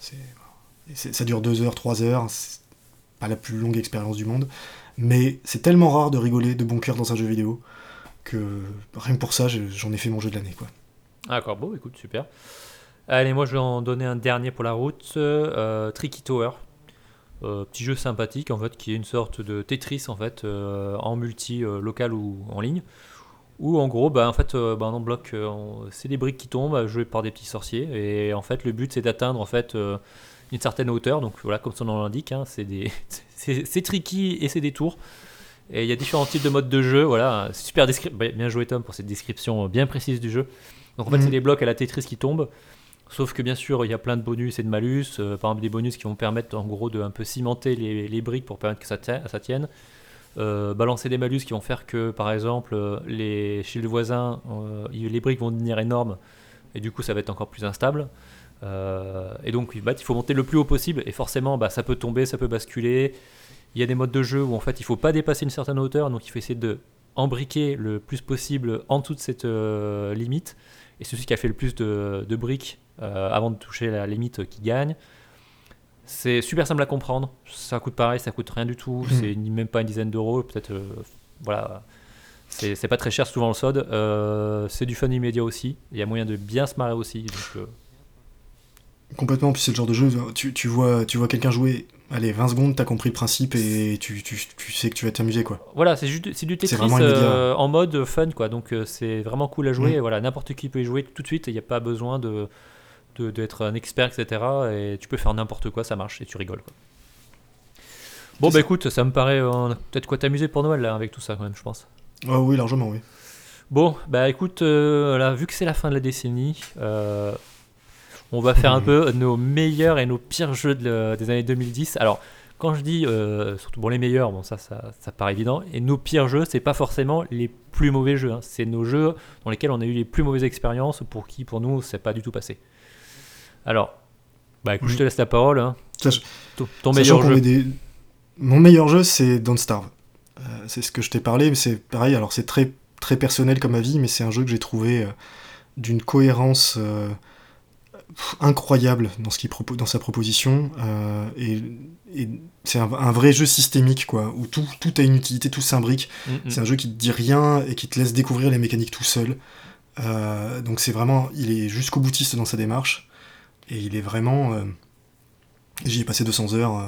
Ça dure 2 heures, 3 heures, c'est pas la plus longue expérience du monde, mais c'est tellement rare de rigoler de bon cœur dans un jeu vidéo que rien que pour ça, j'en ai fait mon jeu de l'année, quoi. Ah, d'accord, bon, écoute, super. Allez, moi je vais en donner un dernier pour la route. Tricky Tower. Petit jeu sympathique en fait, qui est une sorte de Tetris en fait, en multi local ou en ligne. Où en gros, en fait, on bloque, c'est des briques qui tombent, jouées par des petits sorciers. Et en fait, le but c'est d'atteindre en fait une certaine hauteur. Donc voilà, comme son nom l'indique, hein, c'est tricky et c'est des tours. Et il y a différents types de modes de jeu. Voilà, c'est super bien joué Tom pour cette description bien précise du jeu. Donc en fait, c'est des blocs à la Tetris qui tombent. Sauf que bien sûr, il y a plein de bonus et de malus. Par exemple, des bonus qui vont permettre en gros de un peu cimenter les briques pour permettre que ça tienne. Balancer des malus qui vont faire que, par exemple, chez le voisin, les briques vont devenir énormes et du coup, ça va être encore plus instable. Et donc, il faut monter le plus haut possible et forcément, ça peut tomber, ça peut basculer. Il y a des modes de jeu où en fait, il ne faut pas dépasser une certaine hauteur, donc il faut essayer de embriquer le plus possible en dessous de cette limite. Et celui qui a fait le plus de briques avant de toucher la limite qui gagne. C'est super simple à comprendre. Ça coûte pareil, ça coûte rien du tout. C'est même pas une dizaine d'euros. Peut-être, voilà. C'est pas très cher souvent le SOD. C'est du fun immédiat aussi. Il y a moyen de bien se marrer aussi. Donc, Complètement, puis c'est le genre de jeu, tu vois quelqu'un jouer, allez, 20 secondes, t'as compris le principe et tu sais que tu vas t'amuser, quoi. Voilà, c'est du Tetris en mode fun, quoi. Donc c'est vraiment cool à jouer. Et voilà, n'importe qui peut y jouer tout de suite. Il n'y a pas besoin d'être un expert, etc. Et tu peux faire n'importe quoi, ça marche et tu rigoles, quoi. Bon, écoute, ça me paraît peut-être quoi t'amuser pour Noël là, avec tout ça, quand même, je pense. Ah oui, largement, oui. Bon, écoute, là, vu que c'est la fin de la décennie, on va faire un peu nos meilleurs et nos pires jeux des années 2010. Alors, quand je dis, surtout les meilleurs, bon, ça paraît évident, et nos pires jeux, c'est pas forcément les plus mauvais jeux, hein. C'est nos jeux dans lesquels on a eu les plus mauvaises expériences, pour nous, c'est pas du tout passé. Alors, écoute, je te laisse la parole. Hein. Ton meilleur jeu. Mon meilleur jeu, c'est Don't Starve. C'est ce que je t'ai parlé, mais c'est pareil, alors c'est très, très personnel comme avis, mais c'est un jeu que j'ai trouvé d'une cohérence incroyable dans sa proposition, et c'est un vrai jeu systémique, quoi, où tout a une utilité, tout s'imbrique. C'est un jeu qui te dit rien et qui te laisse découvrir les mécaniques tout seul. Donc c'est vraiment, il est jusqu'au boutiste dans sa démarche, et il est vraiment... J'y ai passé 200 heures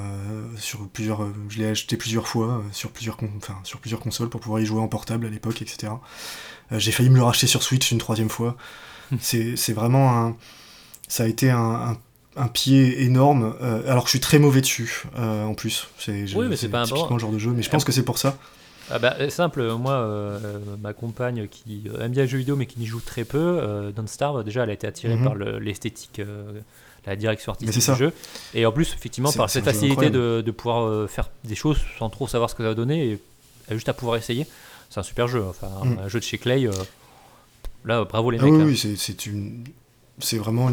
je l'ai acheté plusieurs fois sur plusieurs consoles pour pouvoir y jouer en portable à l'époque, etc. J'ai failli me le racheter sur Switch une 3e fois. C'est vraiment ça a été un pied énorme, alors que je suis très mauvais dessus en plus. C'est pas typiquement le genre de jeu, mais je pense que c'est pour ça. Simple, moi, ma compagne qui aime bien les jeux vidéo mais qui n'y joue très peu, Don't Starve, déjà elle a été attirée par l'esthétique, la direction artistique du jeu, et en plus effectivement par cette facilité de pouvoir faire des choses sans trop savoir ce que ça va donner, et juste à pouvoir essayer. C'est un super jeu, un jeu de chez Clay, là bravo les mecs. Oui, c'est vraiment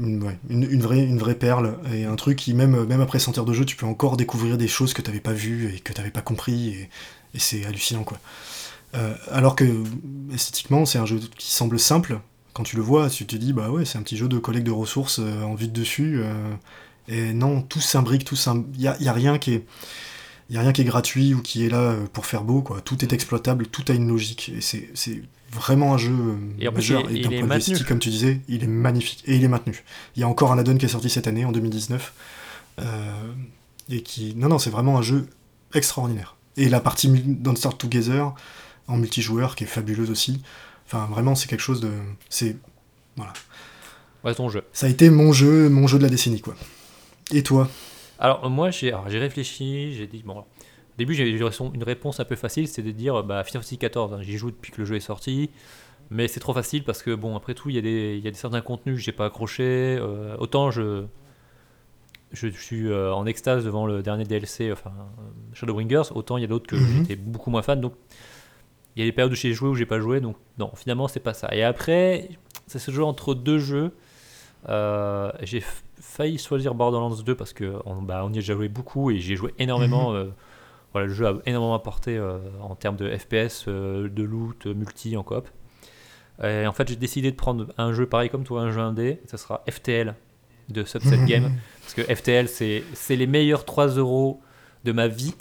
une vraie perle, et un truc qui même après 100 heures de jeu, tu peux encore découvrir des choses que t'avais pas vues et que t'avais pas compris, et c'est hallucinant, quoi. Alors que esthétiquement c'est un jeu qui semble simple. Quand tu le vois, tu te dis, c'est un petit jeu de collecte de ressources en vue de dessus, Et non, tout s'imbrique, il y a rien qui est gratuit ou qui est là pour faire beau, quoi. Tout est exploitable, tout a une logique. Et c'est vraiment un jeu Et en plus, majeur. Et d'un il est point de vue maintenu. esthétique, comme tu disais, il est magnifique. Et il est maintenu. Il y a encore un add-on qui est sorti cette année, en 2019. Et qui... Non, c'est vraiment un jeu extraordinaire. Et la partie Don't Start Together, en multijoueur, qui est fabuleuse aussi. Enfin, vraiment, c'est quelque chose de... Voilà. Ouais, ton jeu. Ça a été mon jeu de la décennie, quoi. Et toi? Alors, moi, j'ai réfléchi, j'ai dit, bon, alors, au début, j'ai eu une réponse un peu facile, c'est de dire, Final Fantasy XIV, hein, j'y joue depuis que le jeu est sorti, mais c'est trop facile parce que, bon, après tout, il y a des certains contenus que j'ai pas accroché, autant je suis en extase devant le dernier DLC, Shadowbringers, autant il y a d'autres que j'étais beaucoup moins fan, donc il y a des périodes où j'ai joué ou j'ai pas joué, donc non, finalement, c'est pas ça. Et après, c'est ce jeu entre deux jeux. J'ai failli choisir Borderlands 2 parce qu'on y a déjà joué beaucoup et j'ai joué énormément. Le jeu a énormément apporté en termes de FPS, de loot, multi en coop. Et en fait, j'ai décidé de prendre un jeu pareil comme toi, un jeu indé. Ça sera FTL de Subset Game. Parce que FTL, c'est les meilleurs 3€ de ma vie.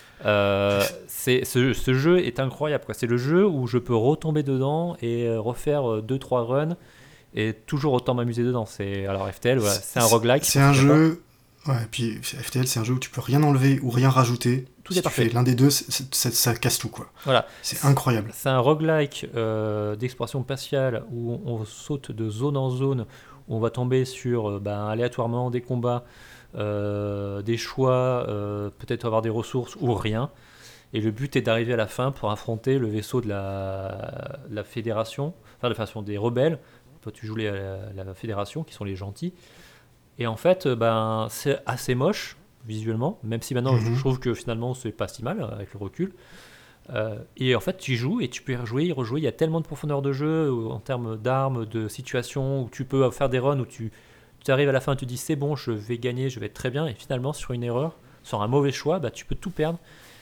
Ce jeu est incroyable, quoi. C'est le jeu où je peux retomber dedans et refaire 2-3 runs et toujours autant m'amuser dedans. Alors FTL, voilà, c'est un roguelike. C'est un jeu... Ouais, puis FTL, c'est un jeu où tu peux rien enlever ou rien rajouter. Tout si est parfait. Tu fais l'un des deux, ça casse tout, quoi. Voilà. C'est incroyable. C'est un roguelike d'exploration spatiale où on saute de zone en zone, où on va tomber sur aléatoirement des combats, des choix, peut-être avoir des ressources ou rien. Et le but est d'arriver à la fin pour affronter le vaisseau de la fédération, enfin de façon des rebelles. Toi, tu joues la fédération, qui sont les gentils. Et en fait, c'est assez moche visuellement, même si maintenant je trouve que finalement c'est pas si mal avec le recul. Et en fait, tu y joues et tu peux y rejouer, y rejouer. Il y a tellement de profondeur de jeu en termes d'armes, de situations, où tu peux faire des runs où tu arrives à la fin et tu dis c'est bon, je vais gagner, je vais être très bien. Et finalement, sur une erreur, sur un mauvais choix, tu peux tout perdre.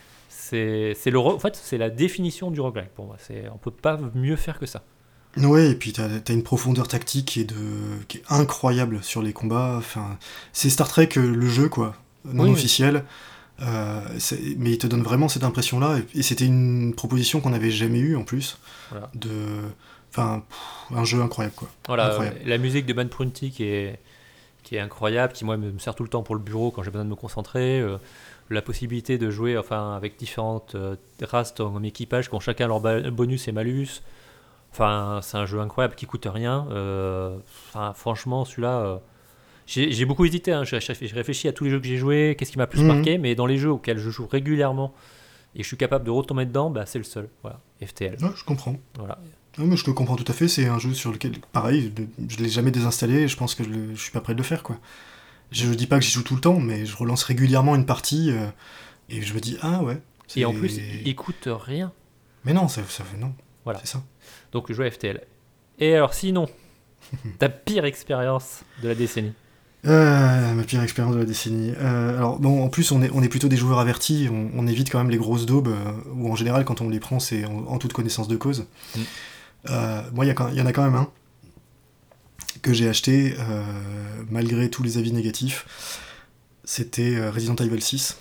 En fait, c'est la définition du roguelike pour moi. On peut pas mieux faire que ça. Ouais, et puis t'as une profondeur tactique qui est incroyable sur les combats. Enfin, c'est Star Trek, le jeu, quoi, non officiel. Mais il te donne vraiment cette impression-là. Et c'était une proposition qu'on n'avait jamais eue, en plus. Voilà. Un jeu incroyable, quoi. Voilà, incroyable. La musique de Ben Prunty qui est incroyable, qui moi me sert tout le temps pour le bureau quand j'ai besoin de me concentrer. La possibilité de jouer avec différentes races dans équipage qui ont chacun leur bonus et malus. Enfin, c'est un jeu incroyable qui coûte rien. Franchement, celui-là, j'ai beaucoup hésité. Hein. J'ai réfléchi à tous les jeux que j'ai joués, qu'est-ce qui m'a plus marqué, mais dans les jeux auxquels je joue régulièrement et je suis capable de retomber dedans, c'est le seul. Voilà, FTL. Ouais, je comprends. Voilà. Ouais, mais je te comprends tout à fait. C'est un jeu sur lequel, pareil, je l'ai jamais désinstallé et je pense que je suis pas prêt de le faire, quoi. Je dis pas que j'y joue tout le temps, mais je relance régulièrement une partie et je me dis ah ouais. Et en plus, il coûte rien. Mais non, ça fait non. Voilà. C'est ça. Donc je joue à FTL. Et alors sinon, ta pire expérience de la décennie? Ma pire expérience de la décennie. Alors bon, en plus on est plutôt des joueurs avertis. On évite quand même les grosses daubes où en général quand on les prend c'est en toute connaissance de cause. Moi il y en a quand même un que j'ai acheté malgré tous les avis négatifs. C'était Resident Evil 6.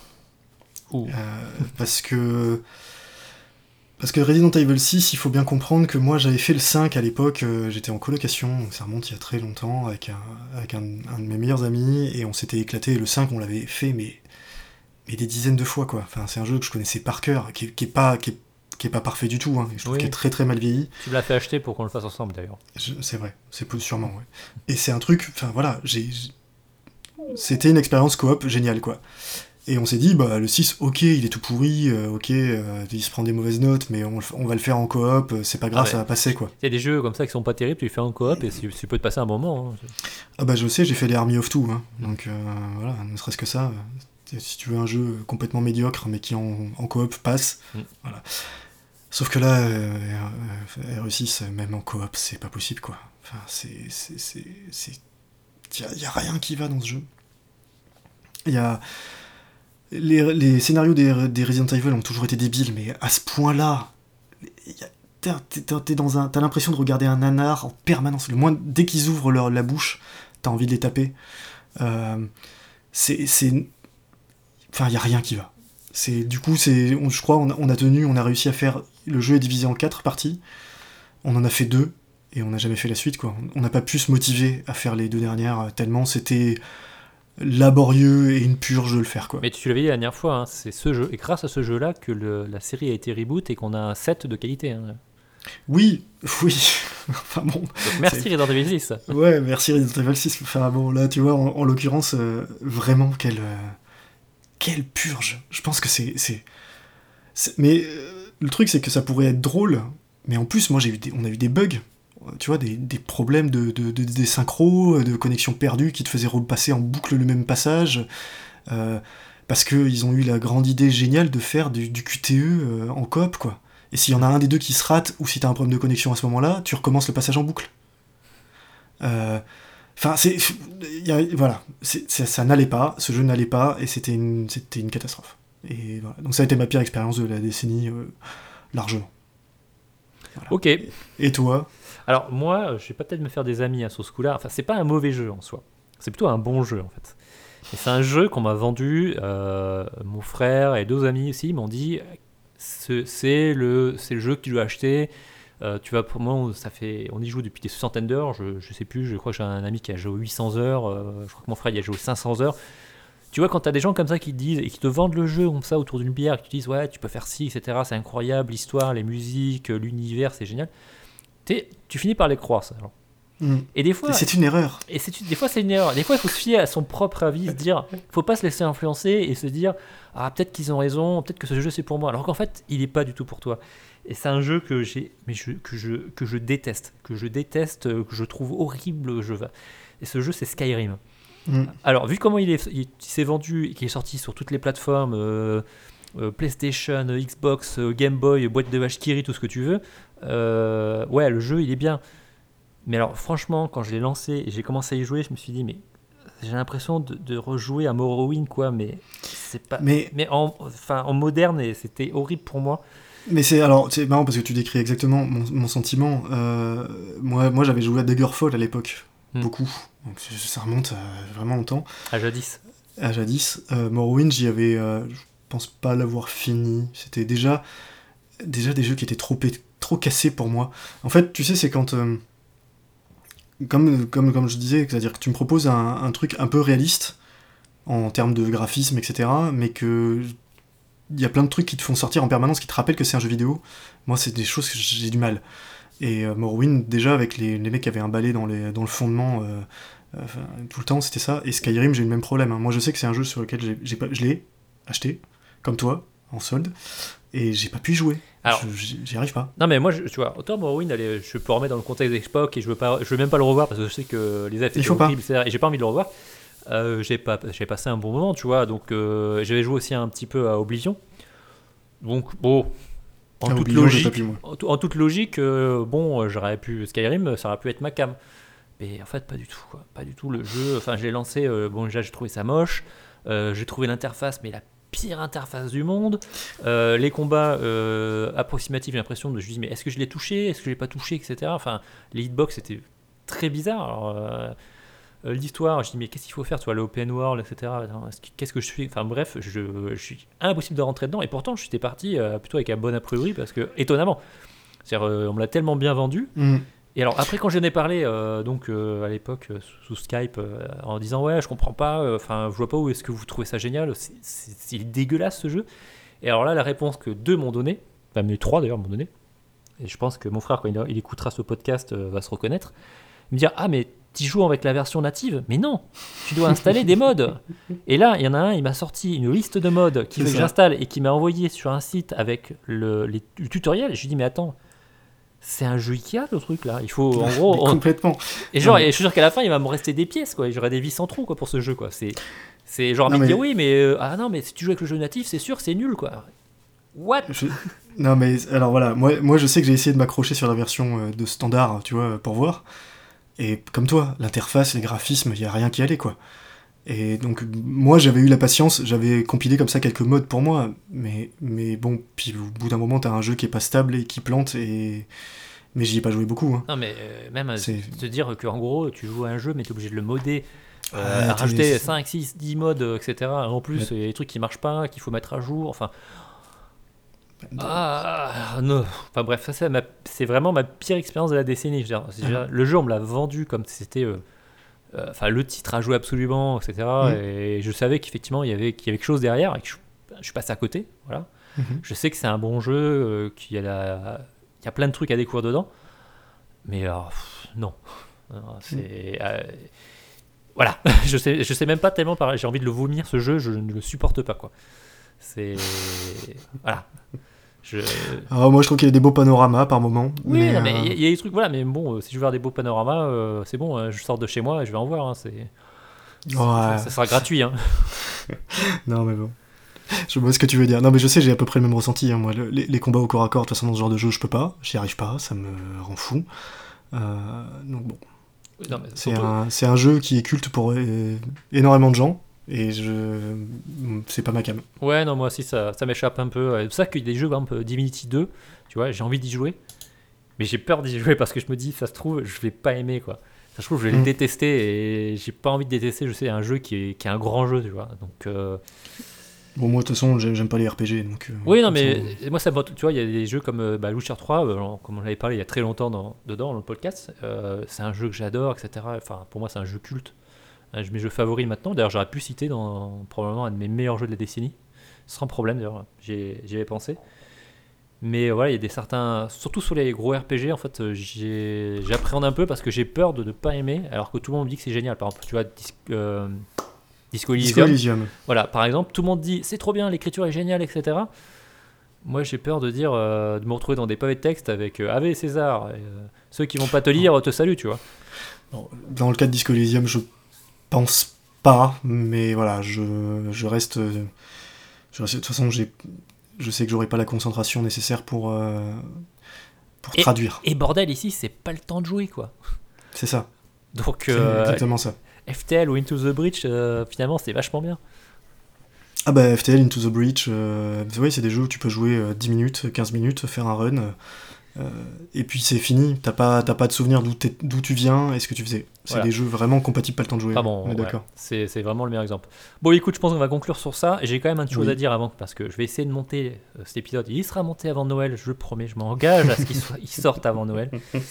Parce que Resident Evil 6, il faut bien comprendre que moi j'avais fait le 5 à l'époque, j'étais en colocation, donc ça remonte il y a très longtemps, avec un de mes meilleurs amis, et on s'était éclaté, et le 5 on l'avait fait mais des dizaines de fois, quoi. Enfin, c'est un jeu que je connaissais par cœur, qui est pas parfait du tout, hein, et je trouve qu'il est très très mal vieilli. Tu me l'as fait acheter pour qu'on le fasse ensemble d'ailleurs. C'est vrai, c'est sûrement, ouais. Et c'est un truc, enfin voilà, c'était une expérience coop géniale, quoi. Et on s'est dit, le 6, ok, il est tout pourri, il se prend des mauvaises notes, mais on va le faire en coop, c'est pas grave, ça va passer, quoi. Il y a des jeux comme ça qui sont pas terribles, tu les fais en coop et tu peux te passer un bon moment. Hein. Je sais, j'ai fait les Army of Two, hein, donc voilà, ne serait-ce que ça. Si tu veux un jeu complètement médiocre, mais qui en coop passe, voilà. Sauf que là, RE6, même en coop, c'est pas possible, quoi. Enfin, y a rien qui va dans ce jeu. Les scénarios des Resident Evil ont toujours été débiles, mais à ce point-là, t'as l'impression de regarder un nanar en permanence. Dès qu'ils ouvrent la bouche, t'as envie de les taper. Enfin, il y a rien qui va. Du coup, je crois, on a réussi à faire... Le jeu est divisé en 4 parties. On en a fait 2, et on n'a jamais fait la suite, quoi. On n'a pas pu se motiver à faire les 2 dernières, tellement c'était laborieux et une purge de le faire, quoi. Mais tu l'avais dit la dernière fois, hein, c'est ce jeu, et grâce à ce jeu-là que la série a été reboot et qu'on a un set de qualité. Hein. Oui. Enfin bon. Donc, merci Resident Evil 6. Ouais, merci Resident Evil 6. Enfin bon, là, tu vois, en l'occurrence, vraiment, quelle purge. Je pense que mais le truc, c'est que ça pourrait être drôle, mais en plus, moi, on a eu des bugs. Tu vois, des problèmes des synchros, de connexion perdue qui te faisaient repasser en boucle le même passage, parce qu'ils ont eu la grande idée géniale de faire du QTE en coop, quoi. Et s'il y en a un des deux qui se rate, ou si t'as un problème de connexion à ce moment-là, tu recommences le passage en boucle. Enfin, voilà, ça n'allait pas, ce jeu n'allait pas, et c'était une catastrophe. Et voilà. Donc ça a été ma pire expérience de la décennie, largement. Voilà. Ok. Et toi ? Alors moi, je vais peut-être me faire des amis à ce coup-là. Enfin, c'est pas un mauvais jeu en soi. C'est plutôt un bon jeu en fait. Et c'est un jeu qu'on m'a vendu. Mon frère et 2 amis aussi m'ont dit c'est le jeu que tu dois acheter. Tu vois, pour moi, on y joue depuis des centaines d'heures. Je sais plus. Je crois que j'ai un ami qui a joué 800 heures. Je crois que mon frère il a joué 500 heures. Tu vois, quand t'as des gens comme ça qui te disent et qui te vendent le jeu comme ça autour d'une bière, qui te disent ouais, tu peux faire ci, etc. C'est incroyable, l'histoire, les musiques, l'univers, c'est génial. Tu finis par les croire, ça. Genre. Et des fois, c'est une erreur. Des fois, c'est une erreur. Des fois, il faut se fier à son propre avis, se dire, faut pas se laisser influencer et se dire, ah, peut-être qu'ils ont raison, peut-être que ce jeu c'est pour moi. Alors qu'en fait, il est pas du tout pour toi. Et c'est un jeu que je déteste, que je trouve horrible. Et ce jeu, c'est Skyrim. Alors, vu comment il s'est vendu et qu'il est sorti sur toutes les plateformes, PlayStation, Xbox, Game Boy, boîte de vache Kiri, tout ce que tu veux, ouais, le jeu il est bien. Mais alors, franchement, quand je l'ai lancé et j'ai commencé à y jouer, je me suis dit, mais j'ai l'impression de rejouer à Morrowind, quoi, mais c'est pas. Mais en moderne, et c'était horrible pour moi. Mais c'est marrant parce que tu décris exactement mon sentiment. Moi, j'avais joué à Daggerfall à l'époque, beaucoup. Donc ça remonte à vraiment longtemps. À jadis. Morrowind, j'y avais, je pense pas l'avoir fini. C'était déjà des jeux qui étaient trop cassés pour moi. En fait, tu sais, c'est quand comme je disais, c'est-à-dire que tu me proposes un truc un peu réaliste en termes de graphisme, etc., mais que il y a plein de trucs qui te font sortir en permanence, qui te rappellent que c'est un jeu vidéo. Moi, c'est des choses que j'ai du mal. Et Morrowind, déjà, avec les mecs qui avaient un balai dans le fondement tout le temps, c'était ça. Et Skyrim, j'ai eu le même problème. Hein. Moi, je sais que c'est un jeu sur lequel je l'ai acheté, comme toi, en solde, et j'ai pas pu y jouer. Alors, j'y arrive pas. Non, mais moi, tu vois, autant Morrowind, je peux remettre dans le contexte d'Xbox et je veux même pas le revoir parce que je sais que les effets sont horribles, et j'ai pas envie de le revoir. J'ai passé un bon moment, tu vois, donc j'avais joué aussi un petit peu à Oblivion. Donc, bon, en toute logique, j'aurais pu Skyrim, ça aurait pu être ma cam. Mais en fait, pas du tout, quoi. Pas du tout. Le jeu, enfin, je l'ai lancé, déjà, j'ai trouvé ça moche. J'ai trouvé l'interface, mais la pire interface du monde. Les combats approximatifs, j'ai l'impression de je me dis, mais est-ce que je l'ai touché, est-ce que je l'ai pas touché, etc. Enfin, les hitbox étaient très bizarres. Alors, l'histoire, je dis mais qu'est-ce qu'il faut faire, tu vois, l'open world, etc. Qu'est-ce que je fais, enfin bref, je suis impossible de rentrer dedans, et pourtant j'étais parti plutôt avec un bon a priori parce que étonnamment, c'est-à-dire on me l'a tellement bien vendu. Et alors après quand j'en ai parlé à l'époque sous Skype en disant ouais je comprends pas, enfin je vois pas où est-ce que vous trouvez ça génial, c'est dégueulasse ce jeu. Et alors là la réponse que 2 m'ont donné, enfin même 3 d'ailleurs m'ont donné, et je pense que mon frère quand il écoutera ce podcast va se reconnaître, me dire ah mais tu joues avec la version native, mais non, tu dois installer des mods. Et là, il y en a un, il m'a sorti une liste de mods qu'il veut que j'installe et qui m'a envoyé sur un site avec le tutoriel. Et je lui dis, mais attends, c'est un jeu Ikea le truc là. Il faut en gros. Complètement. Et genre, et je suis sûr qu'à la fin, il va me rester des pièces quoi. J'aurai des vis sans trou quoi pour ce jeu quoi. C'est genre, mais oui, mais non, mais si tu joues avec le jeu natif, c'est sûr, c'est nul quoi. What? Non, mais alors voilà, moi je sais que j'ai essayé de m'accrocher sur la version de standard, tu vois, pour voir. Et comme toi, l'interface, les graphismes, il n'y a rien qui allait, quoi. Et donc, moi, j'avais eu la patience, j'avais compilé comme ça quelques modes pour moi, mais bon, puis au bout d'un moment, t'as un jeu qui est pas stable et qui plante, mais j'y ai pas joué beaucoup. Hein. Non, mais même se dire qu'en gros, tu joues à un jeu, mais t'es obligé de le modder. Ouais, rajouter 5, 6, 10 modes, etc. En plus, il y a des trucs qui marchent pas, qu'il faut mettre à jour. Enfin. Non. Enfin bref, ça c'est vraiment ma pire expérience de la décennie. Je veux dire, le jeu, on me l'a vendu comme si c'était le titre à jouer absolument, etc. Et je savais qu'effectivement, il y avait quelque chose derrière et que je suis passé à côté. Voilà. Je sais que c'est un bon jeu, qu'il y a plein de trucs à découvrir dedans. Mais non. C'est. Voilà. je sais même pas tellement. J'ai envie de le vomir, ce jeu, je ne le supporte pas, quoi. C'est. Voilà. Alors, moi je trouve qu'il y a des beaux panoramas par moment. Oui, mais il y a des trucs, voilà, mais bon, si je veux voir des beaux panoramas, c'est bon, je sors de chez moi et je vais en voir. Ça sera gratuit. Hein. Non, mais bon. Je vois ce que tu veux dire. Non, mais je sais, j'ai à peu près le même ressenti. Hein. Moi, les combats au corps à corps, de toute façon, dans ce genre de jeu, je peux pas. J'y arrive pas, ça me rend fou. Donc bon. Non, mais c'est un jeu qui est culte pour énormément de gens. Et c'est pas ma cam. Ouais, non, moi aussi ça m'échappe un peu. C'est pour ça qu'il y a des jeux, par exemple Divinity 2, tu vois, j'ai envie d'y jouer, mais j'ai peur d'y jouer parce que je me dis, ça se trouve, je vais pas aimer, quoi. Ça se trouve, je vais le détester et j'ai pas envie de détester, je sais, un jeu qui est un grand jeu, tu vois. Donc. Bon, moi de toute façon, j'aime pas les RPG. Donc, oui, non, mais moi, ça, tu vois, il y a des jeux comme Witcher 3, comme on l'avait parlé il y a très longtemps dans le podcast, c'est un jeu que j'adore, etc. Enfin, pour moi, c'est un jeu culte. Mes jeux favoris maintenant, d'ailleurs j'aurais pu citer dans probablement un de mes meilleurs jeux de la décennie, sans problème d'ailleurs, j'y avais pensé. Mais voilà, il y a certains, surtout sur les gros RPG, en fait, j'appréhende un peu parce que j'ai peur de ne pas aimer, alors que tout le monde me dit que c'est génial. Par exemple, tu vois, Disco Elysium. Voilà, par exemple, tout le monde dit c'est trop bien, l'écriture est géniale, etc. Moi j'ai peur de dire, de me retrouver dans des pavés de texte avec Ave César, et, ceux qui vont pas te lire te saluent, tu vois. Dans le cas de Disco Elysium, je pense pas, mais voilà, je reste. De toute façon, je sais que j'aurai pas la concentration nécessaire pour traduire. Et bordel, ici, c'est pas le temps de jouer, quoi. C'est ça. Donc, c'est exactement ça. FTL ou Into the Breach, finalement, c'est vachement bien. Ah bah, FTL, Into the Breach, oui, c'est des jeux où tu peux jouer 10 minutes, 15 minutes, faire un run. Et puis c'est fini, t'as pas de souvenir d'où tu viens et ce que tu faisais. C'est des jeux vraiment compatibles, pas le temps de jouer. Ah bon, on est d'accord. C'est vraiment le meilleur exemple. Bon, écoute, je pense qu'on va conclure sur ça. Et j'ai quand même une chose à dire avant, parce que je vais essayer de monter cet épisode. Il sera monté avant Noël, je le promets, je m'engage à ce qu'il sorte avant Noël.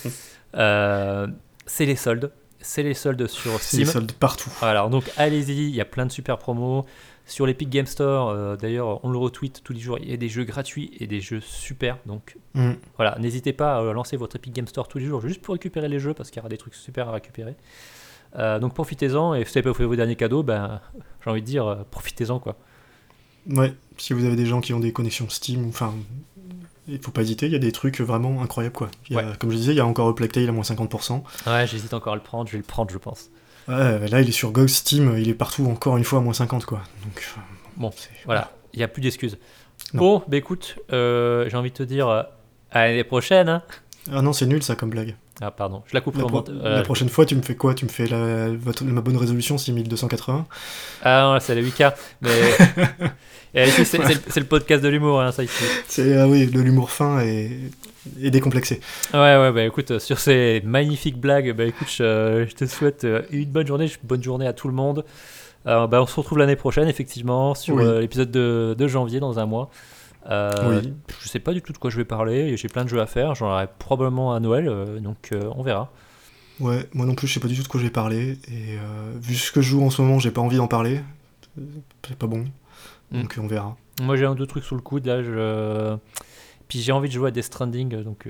C'est les soldes. C'est les soldes sur Steam. C'est les soldes partout. Alors, donc allez-y, il y a plein de super promos. Sur l'Epic Game Store, d'ailleurs, on le retweet tous les jours. Il y a des jeux gratuits et des jeux super. Donc voilà, n'hésitez pas à lancer votre Epic Game Store tous les jours juste pour récupérer les jeux parce qu'il y aura des trucs super à récupérer. Donc profitez-en et si vous n'avez pas fait vos derniers cadeaux, j'ai envie de dire profitez-en, quoi. Ouais, si vous avez des gens qui ont des connexions Steam, enfin, il faut pas hésiter. Il y a des trucs vraiment incroyables, quoi. Comme je disais, il y a encore A Plague Tale à moins 50%. Ouais, j'hésite encore à le prendre. Je vais le prendre, je pense. Ouais, là il est sur GOG, Steam, il est partout encore une fois à moins 50, quoi. Donc, bon, voilà, il n'y a plus d'excuses. Bon, écoute, j'ai envie de te dire à l'année prochaine. Hein. Ah non, c'est nul ça comme blague. Ah pardon, je la couperai la prochaine fois, tu me fais quoi? Tu me fais ma bonne résolution 6280? Ah non, c'est la 8K, mais ici, c'est le podcast de l'humour, hein, ça ici. Oui, de l'humour fin et décomplexé. Ouais, écoute, sur ces magnifiques blagues, écoute, je te souhaite une bonne journée à tout le monde. On se retrouve l'année prochaine, effectivement, sur l'épisode de janvier, dans un mois. Je sais pas du tout de quoi je vais parler, j'ai plein de jeux à faire, j'en aurai probablement à Noël, donc on verra. Ouais, moi non plus, je sais pas du tout de quoi je vais parler, et vu ce que je joue en ce moment, j'ai pas envie d'en parler. C'est pas bon, donc on verra. Moi j'ai un deux trucs sous le coude, là, puis j'ai envie de jouer à Death Stranding, donc...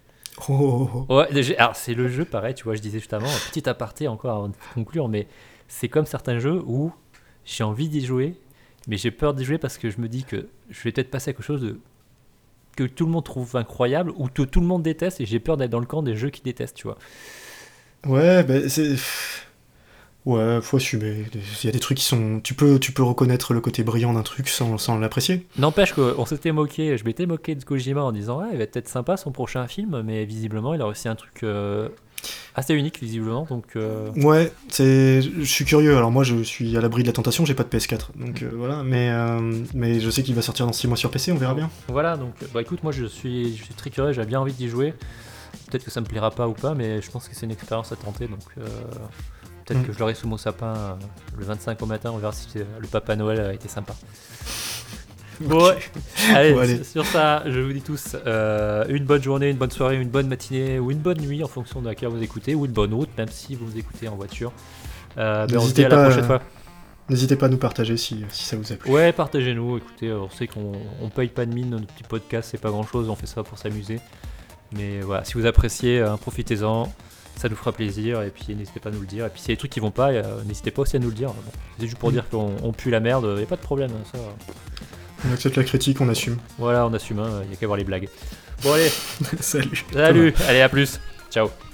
Ouais, alors c'est le jeu, pareil, tu vois, je disais juste avant, petit aparté encore avant de conclure, mais c'est comme certains jeux où j'ai envie d'y jouer, mais j'ai peur d'y jouer parce que je me dis que je vais peut-être passer à quelque chose que tout le monde trouve incroyable ou que tout le monde déteste, et j'ai peur d'être dans le camp des jeux qui détestent, tu vois. Ouais, c'est... Ouais, faut assumer. Il y a des trucs qui sont... Tu peux reconnaître le côté brillant d'un truc sans l'apprécier. N'empêche qu'on s'était moqué, je m'étais moqué de Kojima en disant il va être sympa son prochain film, mais visiblement il a réussi un truc assez unique, visiblement. Donc, ouais, je suis curieux. Alors moi je suis à l'abri de la tentation, j'ai pas de PS4, donc voilà, mais je sais qu'il va sortir dans 6 mois sur PC, on verra bien. Voilà, donc écoute, moi je suis très curieux, j'ai bien envie d'y jouer. Peut-être que ça me plaira pas ou pas, mais je pense que c'est une expérience à tenter, donc... Peut-être que je l'aurai sous mon sapin le 25 au matin, on verra si le Papa Noël a été sympa. Bon, allez, sur ça, je vous dis tous une bonne journée, une bonne soirée, une bonne matinée ou une bonne nuit en fonction de laquelle vous écoutez, ou une bonne route, même si vous écoutez en voiture. On se dit à la prochaine fois. N'hésitez pas à nous partager si ça vous a plu. Ouais, partagez-nous. Écoutez, on sait qu'on paye pas de mine, notre petit podcast, c'est pas grand-chose, on fait ça pour s'amuser. Mais voilà, si vous appréciez, profitez-en. Ça nous fera plaisir, et puis n'hésitez pas à nous le dire. Et puis s'il y a des trucs qui vont pas, n'hésitez pas aussi à nous le dire. Bon, c'est juste pour dire qu'on pue la merde, y a pas de problème. Ça. On accepte la critique, on assume. Voilà, on assume, y a qu'à voir les blagues. Bon allez, Salut. Allez, à plus. Ciao.